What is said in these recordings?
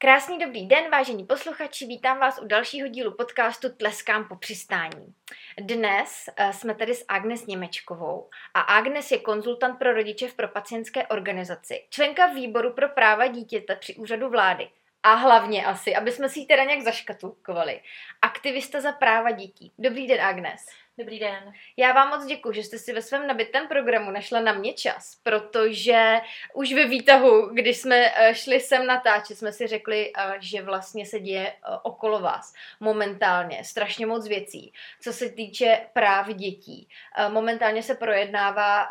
Krásný dobrý den, vážení posluchači, vítám vás u dalšího dílu podcastu Tleskám po přistání. Dnes jsme tady s Agnes Němečkovou a Agnes je konzultant pro rodiče v propacientské organizaci, členka výboru pro práva dítěte při úřadu vlády a hlavně asi, aby jsme si ji teda nějak zaškatulkovali, aktivista za práva dětí. Dobrý den, Agnes. Dobrý den. Já vám moc děkuji, že jste si ve svém nabitém programu našla na mě čas, protože už ve výtahu, když jsme šli sem natáčet, jsme si řekli, že vlastně se děje okolo vás momentálně strašně moc věcí, co se týče práv dětí. Momentálně se projednává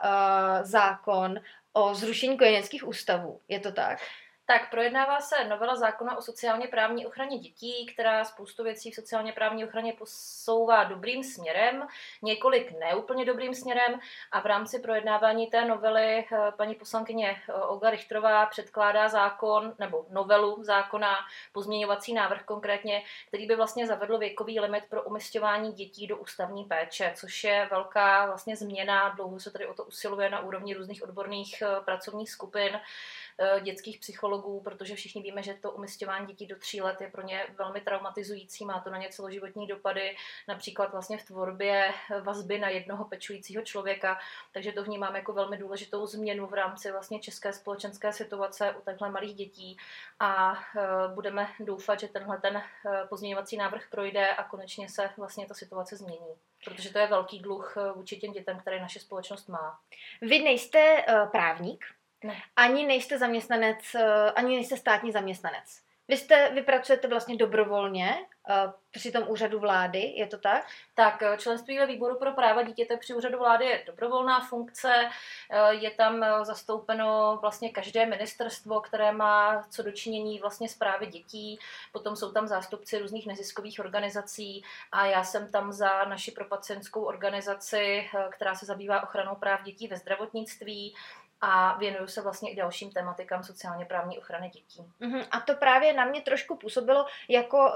zákon o zrušení kojeneckých ústavů, je to tak? Tak, projednává se novela zákona o sociálně právní ochraně dětí, která spoustu věcí v sociálně právní ochraně posouvá dobrým směrem, několik neúplně dobrým směrem a v rámci projednávání té novely paní poslankyně Olga Richtrová předkládá zákon, nebo novelu zákona, pozměňovací návrh konkrétně, který by vlastně zavedl věkový limit pro umisťování dětí do ústavní péče, což je velká vlastně změna, dlouho se tady o to usiluje na úrovni různých odborných pracovních skupin, dětských psychologů, protože všichni víme, že to umisťování dětí do 3 let je pro ně velmi traumatizující, má to na ně celoživotní dopady, například vlastně v tvorbě vazby na jednoho pečujícího člověka, takže to vnímám jako velmi důležitou změnu v rámci vlastně české společenské situace u takhle malých dětí a budeme doufat, že tenhle pozměňovací návrh projde a konečně se vlastně ta situace změní. Protože to je velký dluh vůči těm dětem, které naše společnost má. Vy nejste právník? Ne. Ani nejste zaměstnanec, ani nejste státní zaměstnanec. Vy pracujete vlastně dobrovolně při tom úřadu vlády, je to tak? Tak, členství ve výboru pro práva dítěte při úřadu vlády je dobrovolná funkce, je tam zastoupeno vlastně každé ministerstvo, které má co dočinění vlastně s právy dětí, potom jsou tam zástupci různých neziskových organizací a já jsem tam za naši propacientskou organizaci, která se zabývá ochranou práv dětí ve zdravotnictví, a věnuju se vlastně i dalším tematikám sociálně právní ochrany dětí. A to právě na mě trošku působilo jako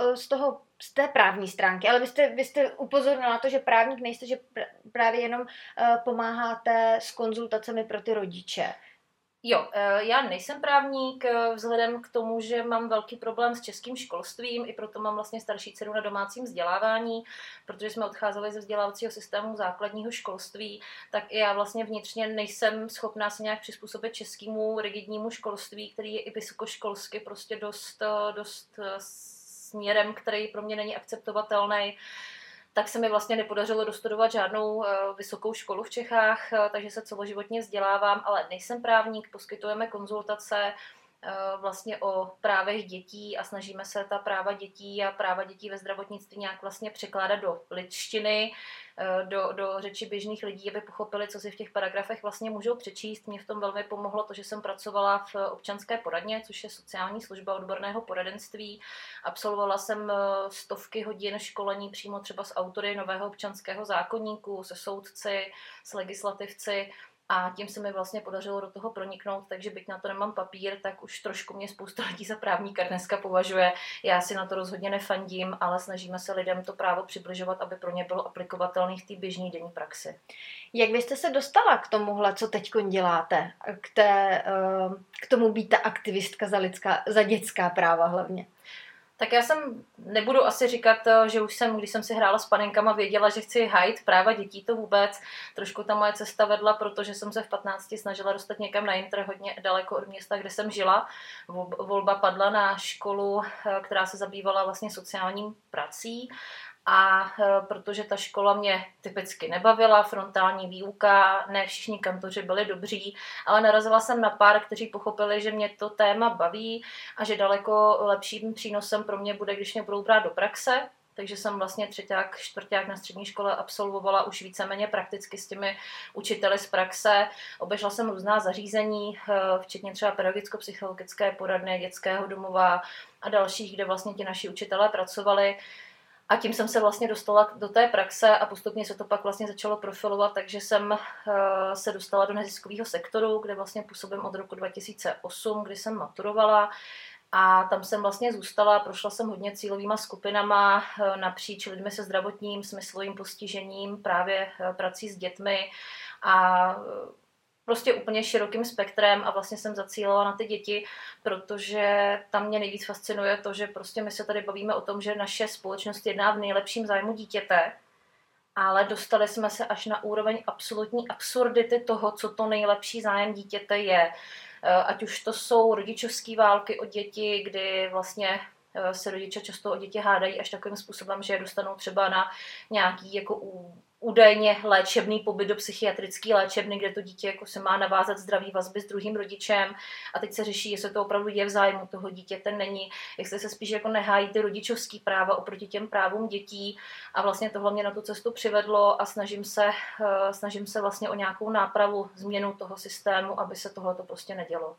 z té právní stránky, ale vy jste upozornila na to, že právník nejste, že právě jenom pomáháte s konzultacemi pro ty rodiče. Jo, já nejsem právník, vzhledem k tomu, že mám velký problém s českým školstvím, i proto mám vlastně starší dceru na domácím vzdělávání, protože jsme odcházeli ze vzdělávacího systému základního školství, tak i já vlastně vnitřně nejsem schopná se nějak přizpůsobit českému rigidnímu školství, který je i vysokoškolsky prostě dost směrem, který pro mě není akceptovatelný. Tak se mi vlastně nepodařilo dostudovat žádnou vysokou školu v Čechách, takže se celoživotně vzdělávám, ale nejsem právník, poskytujeme konzultace vlastně o právech dětí a snažíme se ta práva dětí a práva dětí ve zdravotnictví nějak vlastně překládat do lidštiny, do řeči běžných lidí, aby pochopili, co si v těch paragrafech vlastně můžou přečíst. Mě v tom velmi pomohlo to, že jsem pracovala v občanské poradně, což je sociální služba odborného poradenství. Absolvovala jsem stovky hodin školení přímo třeba s autory nového občanského zákoníku, se soudci, s legislativci. A tím se mi vlastně podařilo do toho proniknout, takže byť na to nemám papír, tak už trošku mě spousta lidí za právníka dneska považuje. Já si na to rozhodně nefandím, ale snažíme se lidem to právo přibližovat, aby pro ně bylo aplikovatelné v té běžné denní praxi. Jak vy jste se dostala k tomuhle, co teďko děláte? K tomu být ta aktivistka za dětská práva hlavně? Tak já nebudu asi říkat, že už když jsem si hrála s panenkama, věděla, že chci hájit práva dětí, to vůbec. Trošku ta moje cesta vedla, protože jsem se v 15 snažila dostat někam na inter, hodně daleko od města, kde jsem žila. Volba padla na školu, která se zabývala vlastně sociálním prací. A protože ta škola mě typicky nebavila, frontální výuka, ne všichni kantoři byli dobří, ale narazila jsem na pár, kteří pochopili, že mě to téma baví a že daleko lepším přínosem pro mě bude, když mě budou brát do praxe. Takže jsem vlastně 3., 4. na střední škole absolvovala už víceméně prakticky s těmi učiteli z praxe. Obešla jsem různá zařízení, včetně třeba pedagogicko-psychologické poradny, dětského domova a dalších, kde vlastně ti naši učitelé pracovali. A tím jsem se vlastně dostala do té praxe a postupně se to pak vlastně začalo profilovat, takže jsem se dostala do neziskového sektoru, kde vlastně působím od roku 2008, kdy jsem maturovala. A tam jsem vlastně zůstala, prošla jsem hodně cílovýma skupinama napříč lidmi se zdravotním, smyslovým postižením, právě prací s dětmi a prostě úplně širokým spektrem a vlastně jsem zacílila na ty děti, protože tam mě nejvíc fascinuje to, že prostě my se tady bavíme o tom, že naše společnost jedná v nejlepším zájmu dítěte, ale dostali jsme se až na úroveň absolutní absurdity toho, co to nejlepší zájem dítěte je. Ať už to jsou rodičovské války o děti, kdy vlastně se rodiče často o děti hádají až takovým způsobem, že je dostanou třeba na nějaký jako údajně léčebný pobyt do psychiatrické léčebny, kde to dítě jako se má navázat zdravý vazby s druhým rodičem a teď se řeší, jestli to opravdu je v zájmu toho dítěte, není, jestli se spíš jako nehájí ty rodičovský práva oproti těm právům dětí a vlastně tohle mě na tu cestu přivedlo a snažím se vlastně o nějakou nápravu, změnu toho systému, aby se tohle to prostě nedělo.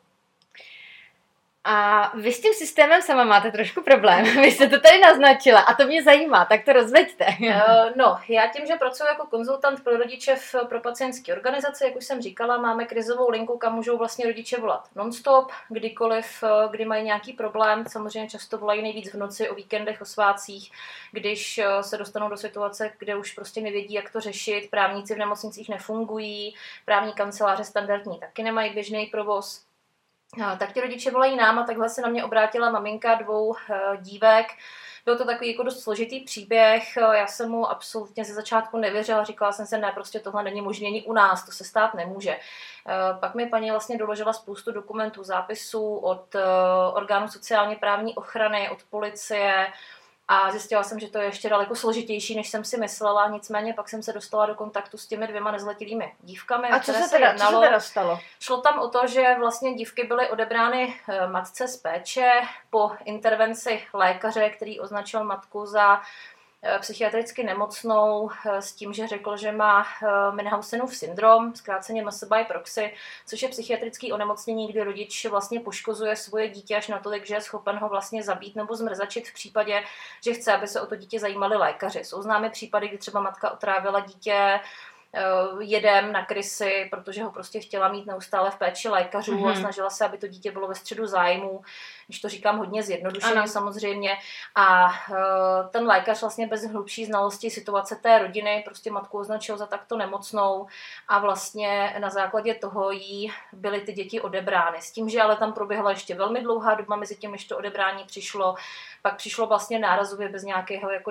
A vy s tím systémem sama máte trošku problém. Vy jste to tady naznačila a to mě zajímá, tak to rozveďte. No, já tím, že pracuji jako konzultant pro rodiče pro pacientské organizace, jak už jsem říkala, máme krizovou linku, kam můžou vlastně rodiče volat non-stop, kdykoliv, kdy mají nějaký problém. Samozřejmě často volají nejvíc v noci, o víkendech, o svátcích, když se dostanou do situace, kde už prostě nevědí, jak to řešit. Právníci v nemocnicích nefungují, právní kanceláře standardní taky nemají běžný provoz. Tak ti rodiče volají nám a takhle se na mě obrátila maminka 2 dívek. Byl to takový jako dost složitý příběh, já jsem mu absolutně ze začátku nevěřila, říkala jsem se, ne, prostě tohle není možné ani u nás, to se stát nemůže. Pak mi paní vlastně doložila spoustu dokumentů, zápisů od orgánů sociálně právní ochrany, od policie, a zjistila jsem, že to je ještě daleko složitější, než jsem si myslela, nicméně pak jsem se dostala do kontaktu s těmi 2 nezletilými dívkami. A co se teda stalo? Šlo tam o to, že vlastně dívky byly odebrány matce z péče po intervenci lékaře, který označil matku za psychiatricky nemocnou s tím, že řekl, že má Münchhausenův syndrom, zkráceně MS by proxy, což je psychiatrické onemocnění, kdy rodič vlastně poškozuje svoje dítě až natolik, že je schopen ho vlastně zabít nebo zmrzačit v případě, že chce, aby se o to dítě zajímali lékaři. Jsou známy případy, kdy třeba matka otrávila dítě jedem na krysy, protože ho prostě chtěla mít neustále v péči lékařů a snažila se, aby to dítě bylo ve středu zájmu, když to říkám hodně zjednodušeně samozřejmě. A ten lékař vlastně bez hlubší znalosti situace té rodiny prostě matku označil za takto nemocnou a vlastně na základě toho jí byly ty děti odebrány. S tím, že ale tam proběhla ještě velmi dlouhá doba mezi tím, než to odebrání přišlo, pak přišlo vlastně nárazově bez nějakého jako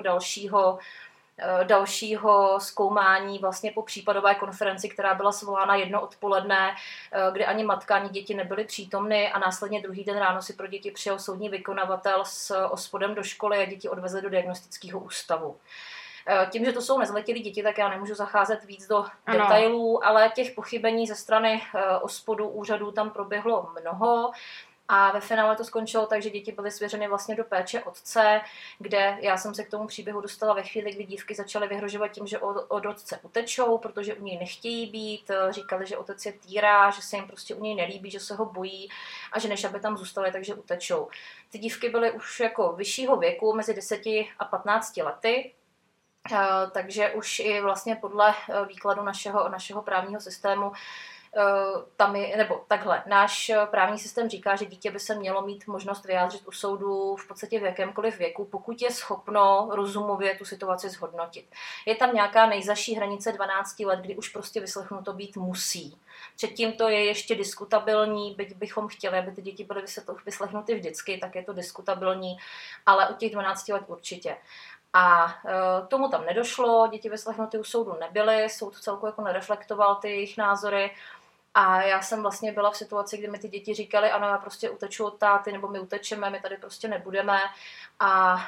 dalšího zkoumání vlastně po případové konferenci, která byla svolána 1 odpoledne, kde ani matka, ani děti nebyly přítomny a následně druhý den ráno si pro děti přijel soudní vykonavatel s OSPODem do školy a děti odvezli do diagnostického ústavu. Tím, že to jsou nezletilí děti, tak já nemůžu zacházet víc do detailů, ale těch pochybení ze strany OSPODu úřadů tam proběhlo mnoho. A ve finále to skončilo tak, že děti byly svěřeny vlastně do péče otce, kde já jsem se k tomu příběhu dostala ve chvíli, kdy dívky začaly vyhrožovat tím, že od otce utečou, protože u něj nechtějí být, říkali, že otec je týrá, že se jim prostě u něj nelíbí, že se ho bojí a že než aby tam zůstaly, takže utečou. Ty dívky byly už jako vyššího věku, mezi 10 a 15 lety, takže už i vlastně podle výkladu našeho právního systému tam je, nebo takhle, náš právní systém říká, že dítě by se mělo mít možnost vyjádřit u soudu v podstatě v jakémkoliv věku, pokud je schopno rozumově tu situaci zhodnotit. Je tam nějaká nejzazší hranice 12 let, kdy už prostě vyslechnuto být musí. Předtím to je ještě diskutabilní, byť bychom chtěli, aby ty děti byly vyslechnuty vždycky, tak je to diskutabilní, ale od těch 12 let určitě. A tomu tam nedošlo, děti vyslechnuty u soudu nebyly, soud celku jako nereflektoval ty jejich názory. A já jsem vlastně byla v situaci, kdy mi ty děti říkali, ano, já prostě uteču od táty, nebo my utečeme, my tady prostě nebudeme. A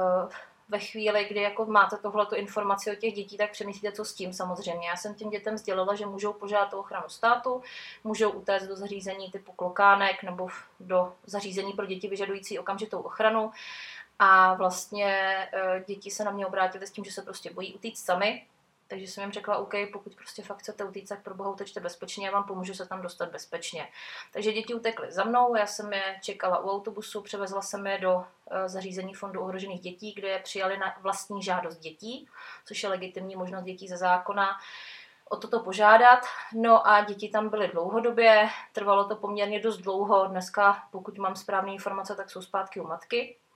ve chvíli, kdy jako máte tohleto informaci o těch dětí, tak přemýšlíte, co s tím samozřejmě. Já jsem těm dětem sdělila, že můžou požádat o ochranu státu, můžou utéct do zařízení typu klokánek nebo do zařízení pro děti vyžadující okamžitou ochranu. A vlastně děti se na mě obrátily s tím, že se prostě bojí utíct sami. Takže jsem jim řekla, OK, pokud prostě fakt chcete utíct, tak pro boha utečte bezpečně, já vám pomůžu se tam dostat bezpečně. Takže děti utekly za mnou, já jsem je čekala u autobusu, převezla jsem je do zařízení Fondu ohrožených dětí, kde je přijali na vlastní žádost dětí, což je legitimní možnost dětí ze zákona o toto požádat. No a děti tam byly dlouhodobě, trvalo to poměrně dost dlouho, dneska, pokud mám správné informace, tak jsou zpátky u matky.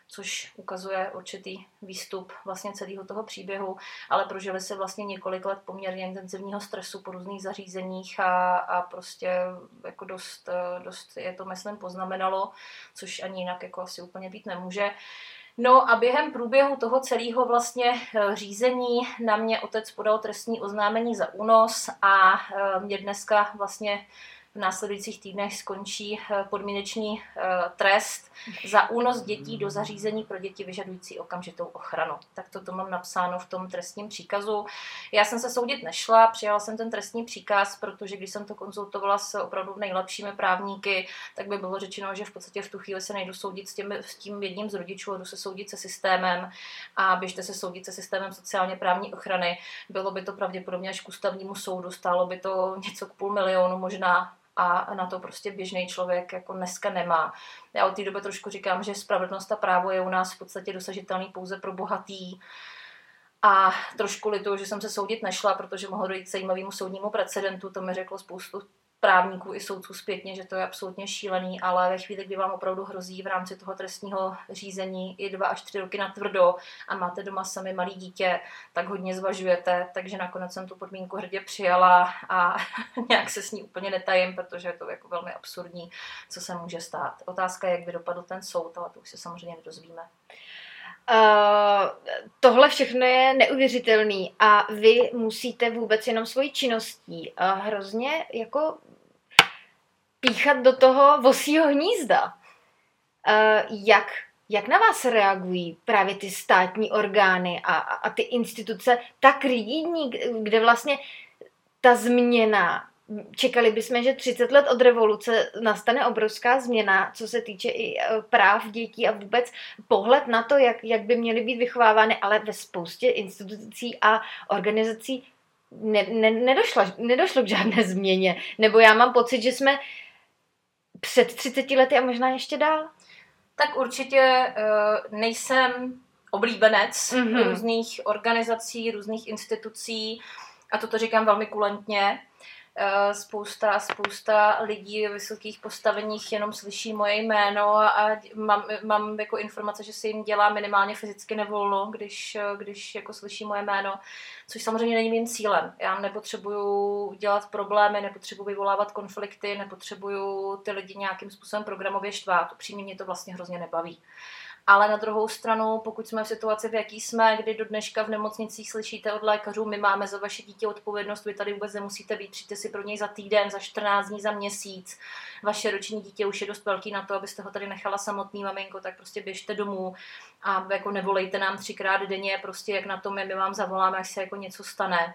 což ukazuje určitý výstup vlastně celého toho příběhu, ale prožili si vlastně několik let poměrně intenzivního stresu po různých zařízeních a prostě jako dost je to, myslím, poznamenalo, což ani jinak jako asi úplně být nemůže. No a během průběhu toho celého vlastně řízení na mě otec podal trestní oznámení za únos a mě dneska vlastně v následujících týdnech skončí podmínečný trest za únos dětí do zařízení pro děti vyžadující okamžitou ochranu. Tak to mám napsáno v tom trestním příkazu. Já jsem se soudit nešla, přijala jsem ten trestní příkaz, protože když jsem to konzultovala s opravdu nejlepšími právníky, tak by bylo řečeno, že v podstatě v tu chvíli se nejdu soudit s tím jedním z rodičů, jdu se soudit se systémem a běžte se soudit se systémem sociálně právní ochrany. Bylo by to pravděpodobně až k ústavnímu soudu, stálo by to něco k 500 000 možná, a na to prostě běžný člověk jako dneska nemá. Já od té doby trošku říkám, že spravedlnost a právo je u nás v podstatě dosažitelný pouze pro bohatý. A trošku lituju, že jsem se soudit nešla, protože mohlo dojít k zajímavému soudnímu precedentu. To mi řeklo spoustu právníků i soudců zpětně, že to je absolutně šílený, ale ve chvíli, kdy vám opravdu hrozí v rámci toho trestního řízení i 2 až 3 roky natvrdo a máte doma sami malý dítě, tak hodně zvažujete, takže nakonec jsem tu podmínku hrdě přijala a nějak se s ní úplně netajím, protože je to jako velmi absurdní, co se může stát. Otázka je, jak by dopadl ten soud, ale to už se samozřejmě nedozvíme. Tohle všechno je neuvěřitelný a vy musíte vůbec jenom svojí činností hrozně jako píchat do toho vosího hnízda. Jak na vás reagují právě ty státní orgány a ty instituce tak rigidní, kde vlastně ta změna, čekali bychom, že 30 let od revoluce nastane obrovská změna, co se týče i práv dětí a vůbec pohled na to, jak by měly být vychovávány, ale ve spoustě institucí a organizací nedošlo k žádné změně. Nebo já mám pocit, že jsme před 30 lety a možná ještě dál. Tak určitě nejsem oblíbenec různých organizací, různých institucí a toto říkám velmi kulantně. Spousta lidí v vysokých postaveních jenom slyší moje jméno a mám jako informace, že se jim dělá minimálně fyzicky nevolno, když jako slyší moje jméno, což samozřejmě není mým cílem. Já nepotřebuju dělat problémy, nepotřebuju vyvolávat konflikty, nepotřebuju ty lidi nějakým způsobem programově štvát. Upřímně mě to vlastně hrozně nebaví. Ale na druhou stranu, pokud jsme v situaci, v jaký jsme, kdy do dneška v nemocnicích slyšíte od lékařů, my máme za vaše dítě odpovědnost, vy tady vůbec nemusíte být, přijďte si pro něj za týden, za 14 dní, za měsíc. Vaše roční dítě už je dost velký na to, abyste ho tady nechala samotný, maminko, tak prostě běžte domů a jako nevolejte nám 3krát denně, prostě jak na tom je, my vám zavoláme, až se jako něco stane.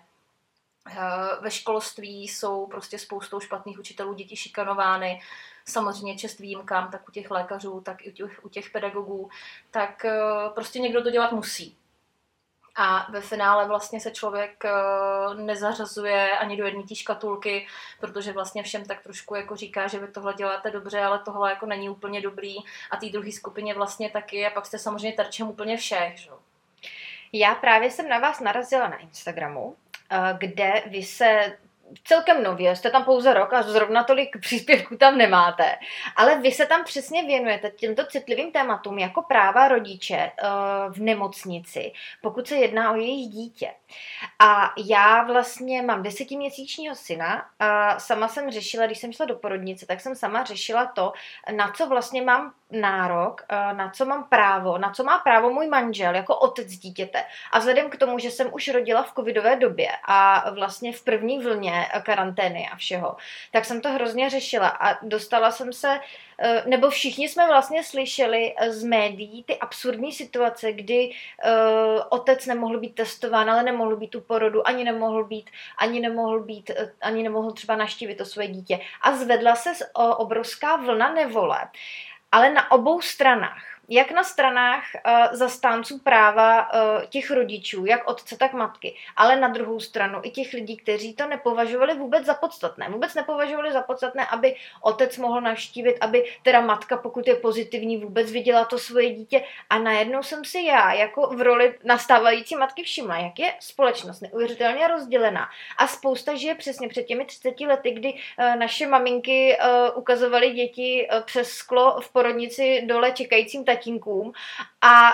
Ve školství jsou prostě spoustou špatných učitelů děti šikanovány, samozřejmě čest výjimkám, tak u těch lékařů, tak i u těch pedagogů, tak prostě někdo to dělat musí. A ve finále vlastně se člověk nezařazuje ani do jedné té škatulky, protože vlastně všem tak trošku jako říká, že vy tohle děláte dobře, ale tohle jako není úplně dobrý a té druhé skupině vlastně taky a pak jste samozřejmě terčem úplně všech. Že? Já právě jsem na vás narazila na Instagramu, kde vy se celkem nově, jste tam pouze rok a zrovna tolik příspěvků tam nemáte, ale vy se tam přesně věnujete těmto citlivým tématům jako práva rodiče v nemocnici, pokud se jedná o jejich dítě. A já vlastně mám 10měsíčního syna a sama jsem řešila, když jsem šla do porodnice, tak jsem sama řešila to, na co vlastně mám nárok, na co mám právo, na co má právo můj manžel jako otec dítěte. A vzhledem k tomu, že jsem už rodila v covidové době a vlastně v první vlně karantény a všeho, tak jsem to hrozně řešila a dostala jsem se, nebo všichni jsme vlastně slyšeli z médií ty absurdní situace, kdy otec nemohl být testován, ale nemohl být u porodu, ani nemohl třeba navštívit to své dítě. A zvedla se obrovská vlna nevole. Ale na obou stranách, jak na stranách zastánců práva těch rodičů, jak otce, tak matky, ale na druhou stranu i těch lidí, kteří to nepovažovali vůbec za podstatné. Vůbec nepovažovali za podstatné, aby otec mohl navštívit, aby teda matka, pokud je pozitivní, vůbec viděla to svoje dítě. A najednou jsem si já, jako v roli nastávající matky všimla, jak je společnost neuvěřitelně rozdělená. A spousta žije přesně před těmi 30 lety, kdy naše maminky ukazovaly děti přes sklo v porodnici dole čekajícím tatínkům a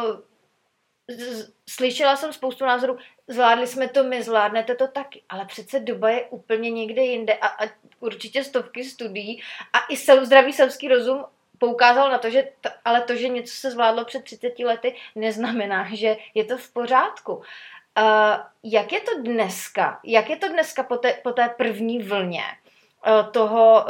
slyšela jsem spoustu názorů, zvládli jsme to my, zvládnete to taky, ale přece doba je úplně někde jinde a určitě stovky studií a i zdravý selský rozum poukázal na to, že ale to, že něco se zvládlo před 30 lety, neznamená, že je to v pořádku. Jak je to dneska? Jak je to dneska po té první vlně toho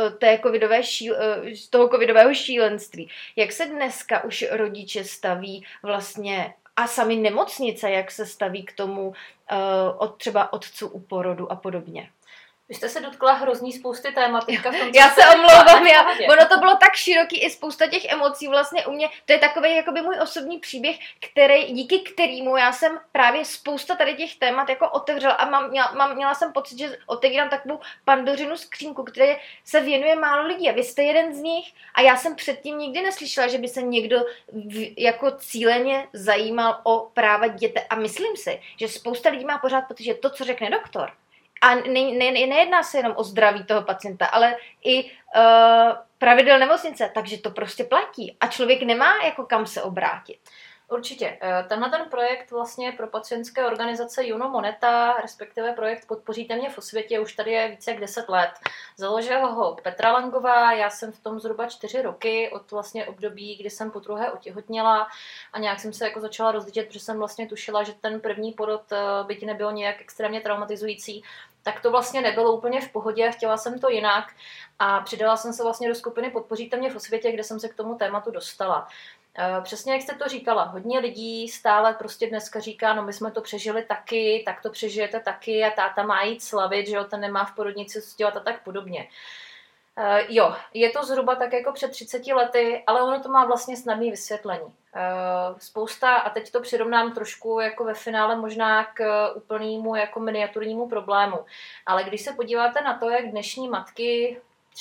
covidového šílenství? Jak se dneska už rodiče staví vlastně a sami nemocnice, jak se staví k tomu třeba otců u porodu a podobně? Vy jste se dotkla hrozný spousty tématika v tom, já se omlouvám, ono to bylo tak široký i spousta těch emocí vlastně u mě, to je takový jakoby můj osobní příběh, díky kterému já jsem právě spousta tady těch témat jako otevřela a měla jsem pocit, že otevírám takovou Pandořinu skřínku, které se věnuje málo lidí a vy jste jeden z nich a já jsem předtím nikdy neslyšela, že by se někdo jako cíleně zajímal o práva dítěte a myslím si, že spousta lidí má pořád pocit, že to, co řekne doktor, a nejedná se jenom o zdraví toho pacienta, ale i pravidel nemocnice, takže to prostě platí a člověk nemá jako kam se obrátit. Určitě. Tenhle ten projekt vlastně pro pacientské organizace Juno Moneta, respektive projekt Podpoříte mě v osvětě, už tady je více jak 10 let. Založila ho Petra Langová, já jsem v tom zhruba 4 roky od vlastně období, kdy jsem podruhé otěhotněla a nějak jsem se jako začala rozlížet, protože jsem vlastně tušila, že ten první porod, byť nebyl nějak extrémně traumatizující, tak to vlastně nebylo úplně v pohodě a chtěla jsem to jinak a přidala jsem se vlastně do skupiny Podpoříte mě v osvětě, kde jsem se k tomu tématu dostala. Přesně jak jste to říkala, hodně lidí stále prostě dneska říká, no my jsme to přežili taky, tak to přežijete taky a táta má jít slavit, že jo, ten nemá v porodnici co dělat a tak podobně. Jo, je to zhruba tak jako před 30 lety, ale ono to má vlastně snadné vysvětlení. Spousta, a teď to přirovnám trošku jako ve finále možná k úplnému jako miniaturnímu problému, ale když se podíváte na to, jak dnešní matky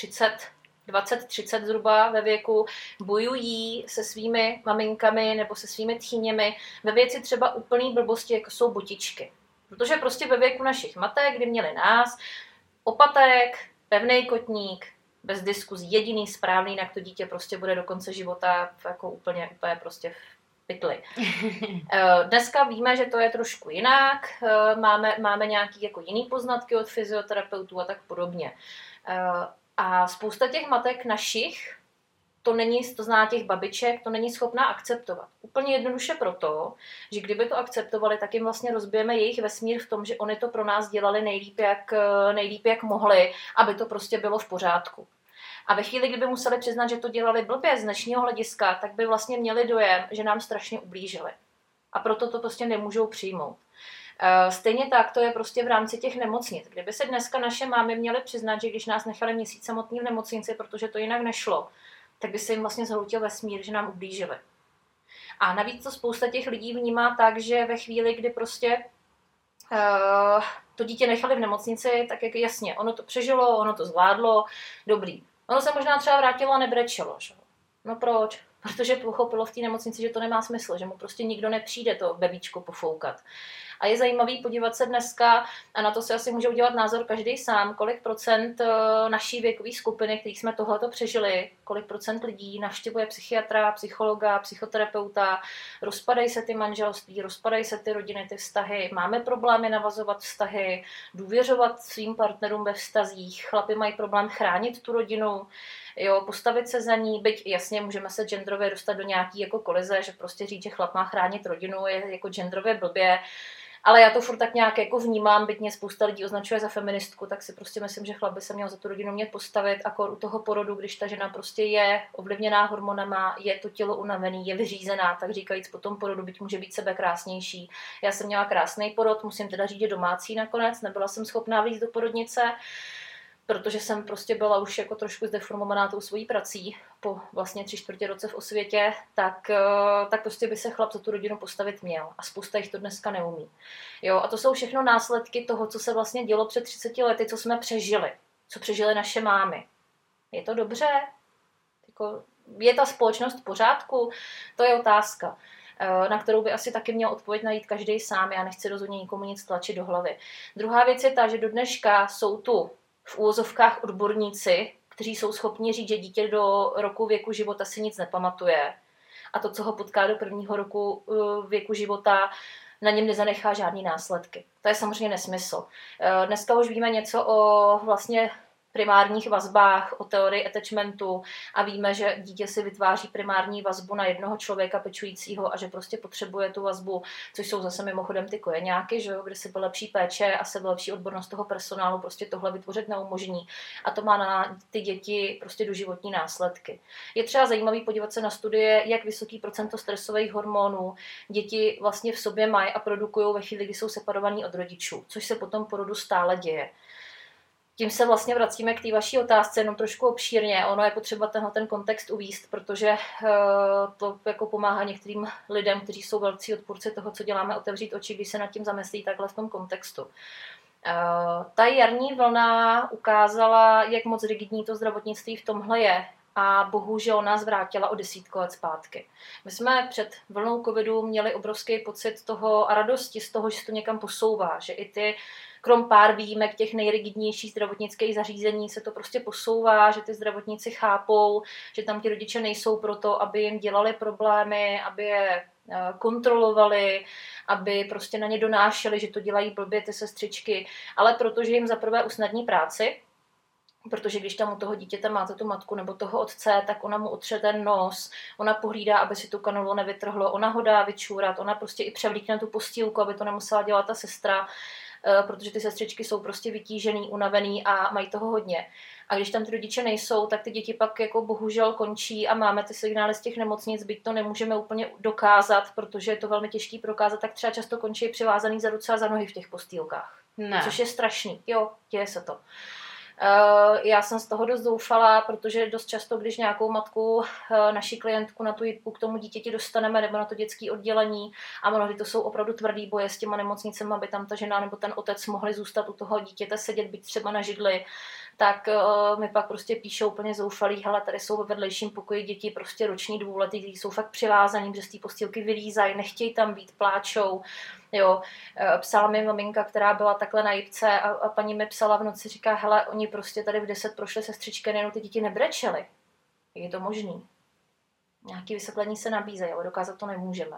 20-30 zhruba ve věku bojují se svými maminkami nebo se svými tchýněmi ve věci třeba úplný blbosti, jako jsou botičky. Protože prostě ve věku našich matek, kdy měli nás, opatek, pevnej kotník, bez diskuzí, jediný správný, jak to dítě prostě bude do konce života jako úplně prostě v pytli. Dneska víme, že to je trošku jinak, máme nějaký jako jiný poznatky od fyzioterapeutů a tak podobně. A spousta těch matek našich, to zná těch babiček, to není schopná akceptovat. Úplně jednoduše proto, že kdyby to akceptovali, tak jim vlastně rozbijeme jejich vesmír v tom, že oni to pro nás dělali nejlíp, jak mohli, aby to prostě bylo v pořádku. A ve chvíli, kdyby museli přiznat, že to dělali blbě z dnešního hlediska, tak by vlastně měli dojem, že nám strašně ublížili. A proto to prostě nemůžou přijmout. Stejně tak to je prostě v rámci těch nemocnic. Kdyby se dneska naše mámy měly přiznat, že když nás nechali měsíc samotný v nemocnici, protože to jinak nešlo, tak by se jim vlastně zhroutil vesmír, že nám ublížili. A navíc to spousta těch lidí vnímá tak, že ve chvíli, kdy prostě to dítě nechali v nemocnici, tak jak jasně, ono to přežilo, ono to zvládlo, dobrý. Ono se možná třeba vrátilo a nebrečelo. Že? No proč? Protože pochopilo v té nemocnici, že to nemá smysl, že mu prostě nikdo nepřijde to bebíčko pofoukat. A je zajímavý podívat se dneska, a na to si asi může udělat názor každý sám, kolik procent naší věkové skupiny, který jsme tohleto přežili, kolik procent lidí navštěvuje psychiatra, psychologa, psychoterapeuta, rozpadají se ty manželství, rozpadají se ty rodiny, ty vztahy, máme problémy navazovat vztahy, důvěřovat svým partnerům ve vztazích, chlapi mají problém chránit tu rodinu, jo, postavit se za ní, byť jasně můžeme se genderově dostat do nějaký jako kolize, že prostě říct, že chlap má chránit rodinu je jako genderově blbě, ale já to furt tak nějak jako vnímám, byť mě spousta lidí označuje za feministku, tak si prostě myslím, že chlap by se měl za tu rodinu mět postavit, akor u toho porodu, když ta žena prostě je ovlivněná hormonama, je to tělo unavený, je vyřízená, tak říkajíc po tom porodu, byť může být sebe krásnější. Já jsem měla krásný porod, musím teda říct, že domácí nakonec, nebyla jsem schopná vyjít do porodnice, protože jsem prostě byla už jako trošku zdeformovaná tou svojí prací po vlastně 3/4 roce v osvětě, tak prostě by se chlap za tu rodinu postavit měl. A spousta jich to dneska neumí. Jo, a to jsou všechno následky toho, co se vlastně dělo před 30 lety, co jsme přežili. Co přežily naše mámy. Je to dobře? Jako, je ta společnost v pořádku? To je otázka, na kterou by asi taky měl odpověď najít každý sám. Já nechci rozhodně nikomu nic tlačit do hlavy. Druhá věc je ta, že do dneška jsou tu v úvozovkách odborníci, kteří jsou schopni říct, že dítě do roku věku života si nic nepamatuje. a to, co ho potká do prvního roku věku života, na něm nezanechá žádný následky. To je samozřejmě nesmysl. Dneska už víme něco o vlastně primárních vazbách, o teorii attachmentu a víme, že dítě si vytváří primární vazbu na jednoho člověka pečujícího a že prostě potřebuje tu vazbu, což jsou zase mimochodem ty kojeňáky, že jo, kde se lepší péče a se lepší odbornost toho personálu prostě tohle vytvořit neumožní. A to má na ty děti prostě doživotní následky. Je třeba zajímavý podívat se na studie, jak vysoký procento stresových hormonů děti vlastně v sobě mají a produkují ve chvíli, kdy jsou separovaní od rodičů, což se potom po rodu stále děje. Tím se vlastně vracíme k té vaší otázce, jenom trošku obšírně. Ono je potřeba ten kontext uvést, protože to jako pomáhá některým lidem, kteří jsou velcí odpůrci toho, co děláme, otevřít oči, když se nad tím zamyslí takhle v tom kontextu. Ta jarní vlna ukázala, jak moc rigidní to zdravotnictví v tomhle je. A bohužel nás vrátila o 10 let zpátky. My jsme před vlnou covidu měli obrovský pocit toho a radosti z toho, že se to někam posouvá, že i ty krom pár výjimek těch nejrigidnějších zdravotnických zařízení se to prostě posouvá, že ty zdravotníci chápou, že tam ti rodiče nejsou proto, aby jim dělali problémy, aby je kontrolovali, aby prostě na ně donášeli, že to dělají blbě ty sestřičky, ale protože jim zaprvé usnadní práci, protože když tam u toho dítěte máte tu matku nebo toho otce, tak ona mu otře ten nos, ona pohlídá, aby si tu kanulu nevytrhlo, ona ho dá vyčůrat, ona prostě i převlíkne tu postýlku, aby to nemusela dělat ta sestra, protože ty sestřičky jsou prostě vytížený, unavený a mají toho hodně. A když tam ty rodiče nejsou, tak ty děti pak jako bohužel končí a máme ty signály z těch nemocnic, byť to nemůžeme úplně dokázat, protože je to velmi těžký prokázat, tak třeba často končí přivázaný za ruce a za nohy v těch postýlkách. Ne. Což je strašný. Jo, děje se to. Já jsem z toho dost zoufala, protože dost často, když nějakou matku, naši klientku na tu jipku k tomu dítěti dostaneme nebo na to dětské oddělení a mnohdy to jsou opravdu tvrdý boje s těma nemocnicemi, aby tam ta žena nebo ten otec mohli zůstat u toho dítěte sedět, být třeba na židli, tak mi pak prostě píšou úplně zoufalí, hele, tady jsou ve vedlejším pokoji děti prostě roční dvouletý, kteří jsou fakt přivázaní, protože z té postýlky vylízají, nechtějí tam být, pláčou. Jo, psala mi maminka, která byla takhle na jipce a paní mi psala v noci, říká, hele, oni prostě tady v 10 prošli sestřičky, nejenom ty děti nebrečely. Je to možný? Nějaké vysvětlení se nabízejí, ale dokázat to nemůžeme.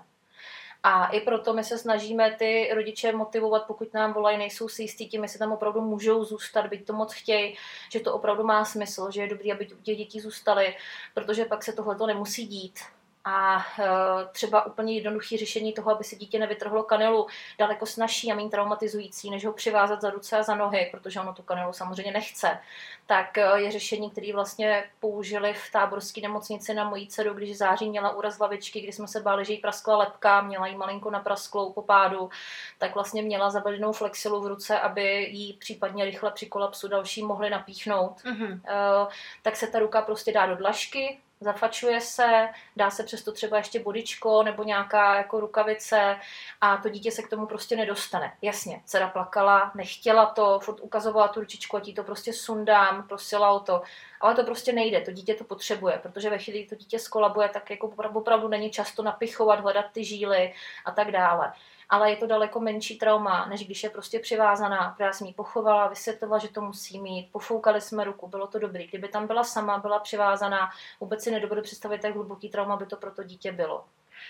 A i proto my se snažíme ty rodiče motivovat, pokud nám volají, nejsou si jistí tím, jestli tam opravdu můžou zůstat, byť to moc chtějí, že to opravdu má smysl, že je dobré, aby těch dětí zůstaly, protože pak se tohleto nemusí dít. A třeba úplně jednoduché řešení toho, aby si dítě nevytrhlo kanelu, daleko snazší a méně traumatizující, než ho přivázat za ruce a za nohy, protože ono tu kanelu samozřejmě nechce. Tak je řešení, které vlastně použili v táborské nemocnici na mojí dceru, když v září měla úraz hlavičky, kdy jsme se báli, že jí praskla lebka, měla jí malinko naprasklou po pádu, tak vlastně měla zavedenou flexilu v ruce, aby jí případně rychle při kolapsu další mohli napíchnout. Mm-hmm. Tak se ta ruka prostě dá do dlažky, zafačuje se, dá se přesto třeba ještě bodičko nebo nějaká jako rukavice a to dítě se k tomu prostě nedostane. Jasně, dcera plakala, nechtěla to, furt ukazovala tu ručičku, ať jí to prostě sundám, prosila o to, ale to prostě nejde, to dítě to potřebuje, protože ve chvíli, kdy to dítě skolabuje, tak jako opravdu není často napichovat, hledat ty žíly a tak dále. Ale je to daleko menší trauma, než když je prostě přivázaná. Já jsem jí pochovala, vysvětlila, že to musí mít, pofoukali jsme ruku, bylo to dobrý. Kdyby tam byla sama, byla přivázaná, vůbec si nedovedu představit, jak hluboký trauma by to pro to dítě bylo.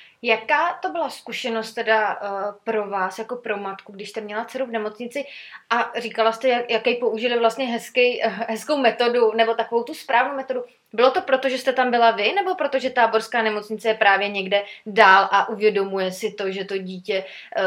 Jaká to byla zkušenost teda pro vás, jako pro matku, když jste měla dceru v nemocnici a říkala jste, jaký použili vlastně hezkou metodu, nebo takovou tu správnou metodu? Bylo to proto, že jste tam byla vy, nebo protože táborská nemocnice je právě někde dál a uvědomuje si to, že to dítě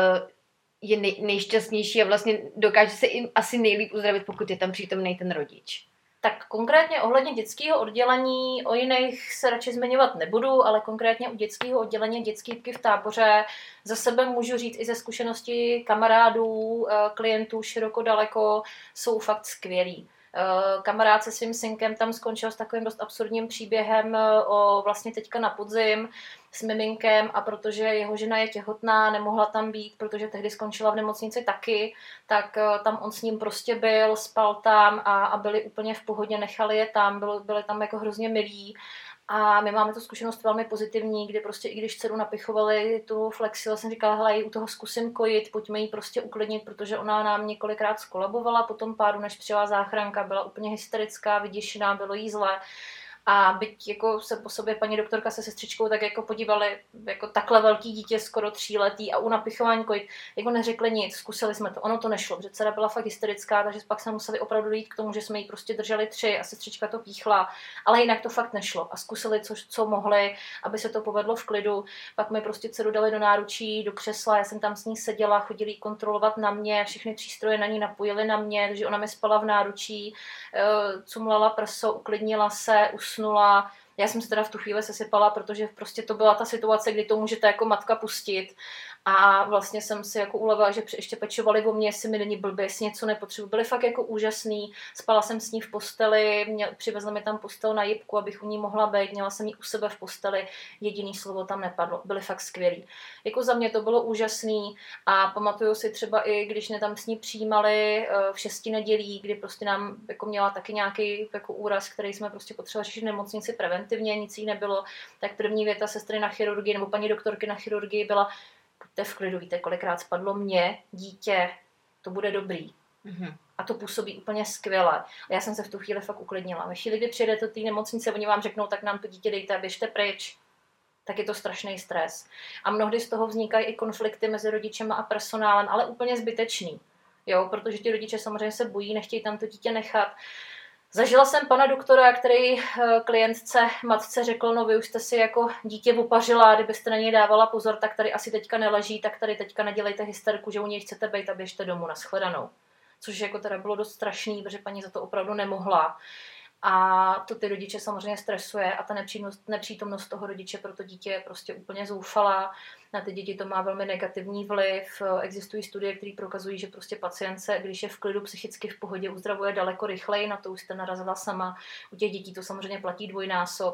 je nejšťastnější a vlastně dokáže se jim asi nejlíp uzdravit, pokud je tam přítomný ten rodič? Tak konkrétně ohledně dětského oddělení, o jiných se radši zmiňovat nebudu, ale konkrétně u dětského oddělení dětské jipky v Táboře za sebe můžu říct i ze zkušenosti kamarádů, klientů široko daleko, jsou fakt skvělí. Kamarád se svým synkem tam skončil s takovým dost absurdním příběhem o vlastně teďka na podzim s miminkem a protože jeho žena je těhotná, nemohla tam být, protože tehdy skončila v nemocnici taky, tak tam on s ním prostě byl, spal tam a byli úplně v pohodě, nechali je tam, byli tam jako hrozně milí. A my máme tu zkušenost velmi pozitivní, kdy prostě i když dceru napichovali tu flexil, jsem říkala, hele, u toho zkusím kojit, pojďme ji prostě uklidnit, protože ona nám několikrát skolabovala po tom pádu, než přijela záchranka, byla úplně hysterická, vyděšená, bylo jí zle. A byť jako se po sobě paní doktorka se sestřičkou tak jako podívali, jako takhle velký dítě, skoro 3letý a u napichování kojit, jako neřekli nic, zkusili jsme to, ono to nešlo, protože dcera byla fakt hysterická, takže pak jsme museli opravdu jít k tomu, že jsme jí prostě drželi 3 a sestřička to píchla, ale jinak to fakt nešlo a zkusili, co mohli, aby se to povedlo v klidu. Pak mi prostě dceru dali do náručí, do křesla, já jsem tam s ní seděla, chodili jí kontrolovat na mě, všechny přístroje na ní napojily na mě, takže ona mi spala v náručí, cumlala prso, uklidnila se, usnula. Já jsem se teda v tu chvíli sesypala, protože prostě to byla ta situace, kdy to můžete jako matka pustit. A vlastně jsem si jako ulevila, že ještě pečovali o mě, jestli mi není blbě, jestli něco nepotřebuji. Byli fakt jako úžasný. Spala jsem s ní v posteli, přivezla mi tam postel na jipku, abych u ní mohla být. Měla jsem ji u sebe v posteli, jediný slovo tam nepadlo. Byli fakt skvělí. Jako za mě to bylo úžasný a pamatuju si třeba i, když mě tam s ní přijímali v 6 nedělí, kdy prostě nám jako měla taky nějaký jako úraz, který jsme prostě potřebovali řešit v nemocnici preventivně, nic jí nebylo. Tak první věta sestry na chirurgii nebo paní doktorky na chirurgii byla: buďte v klidu, víte, kolikrát spadlo mě, dítě, to bude dobrý. Mm-hmm. A to působí úplně skvěle. A já jsem se v tu chvíli fakt uklidnila. Ve chvíli, kdy přijedete do té nemocnice, oni vám řeknou, tak nám to dítě dejte a běžte pryč, tak je to strašný stres. A mnohdy z toho vznikají i konflikty mezi rodičema a personálem, ale úplně zbytečný. Jo, protože ti rodiče samozřejmě se bojí, nechtějí tam to dítě nechat. Zažila jsem pana doktora, který klientce, matce řekl, no vy už jste si jako dítě opařila, kdybyste na něj dávala pozor, tak tady asi teďka neleží, tak tady teďka nedělejte hysterku, že u něj chcete být a běžte domů na shledanou. Což jako teda bylo dost strašný, protože paní za to opravdu nemohla. A to ty rodiče samozřejmě stresuje a ta nepřítomnost toho rodiče pro to dítě je prostě úplně zoufalá. Na ty děti to má velmi negativní vliv. Existují studie, které prokazují, že prostě pacient se, když je v klidu, psychicky v pohodě, uzdravuje daleko rychleji. Na to už jste narazila sama. U těch dětí to samozřejmě platí dvojnásob.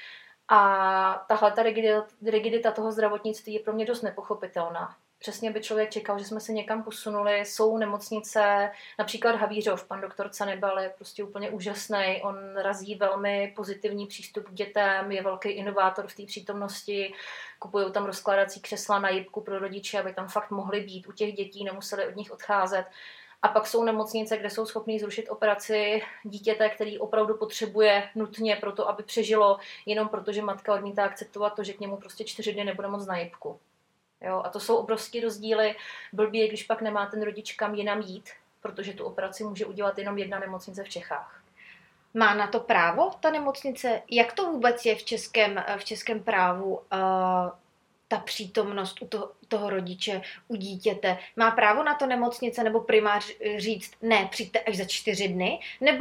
A tahle ta rigidita toho zdravotnictví je pro mě dost nepochopitelná. Přesně by člověk čekal, že jsme se někam posunuli. Jsou nemocnice, například Havířov, pan doktor Canibal je prostě úplně úžasný. On razí velmi pozitivní přístup k dětem, je velký inovátor v té přítomnosti. Kupují tam rozkládací křesla na jipku pro rodiče, aby tam fakt mohli být u těch dětí, nemuseli od nich odcházet. A pak jsou nemocnice, kde jsou schopní zrušit operaci dítěte, který opravdu potřebuje nutně pro to, aby přežilo, jenom protože matka odmítá akceptovat to, že k němu prostě 4 dny nebude moc na jipku. Jo, a to jsou obrovský rozdíly. Blbý je, když pak nemá ten rodič kam jinam jít, protože tu operaci může udělat jenom jedna nemocnice v Čechách. Má na to právo ta nemocnice? Jak to vůbec je v českém právu ta přítomnost u toho rodiče, u dítěte? Má právo na to nemocnice nebo primář říct, ne, přijďte až za 4 dny?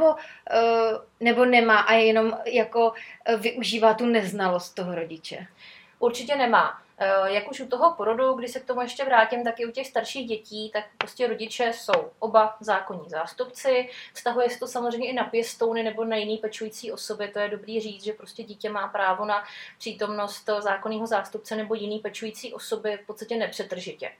Nebo nemá a jenom jako využívá tu neznalost toho rodiče? Určitě nemá. Jak už u toho porodu, když se k tomu ještě vrátím, tak i u těch starších dětí, tak prostě rodiče jsou oba zákonní zástupci. Vztahuje se to samozřejmě i na pěstouny nebo na jiný pečující osoby. To je dobrý říct, že prostě dítě má právo na přítomnost zákonného zástupce nebo jiný pečující osoby v podstatě nepřetržitě.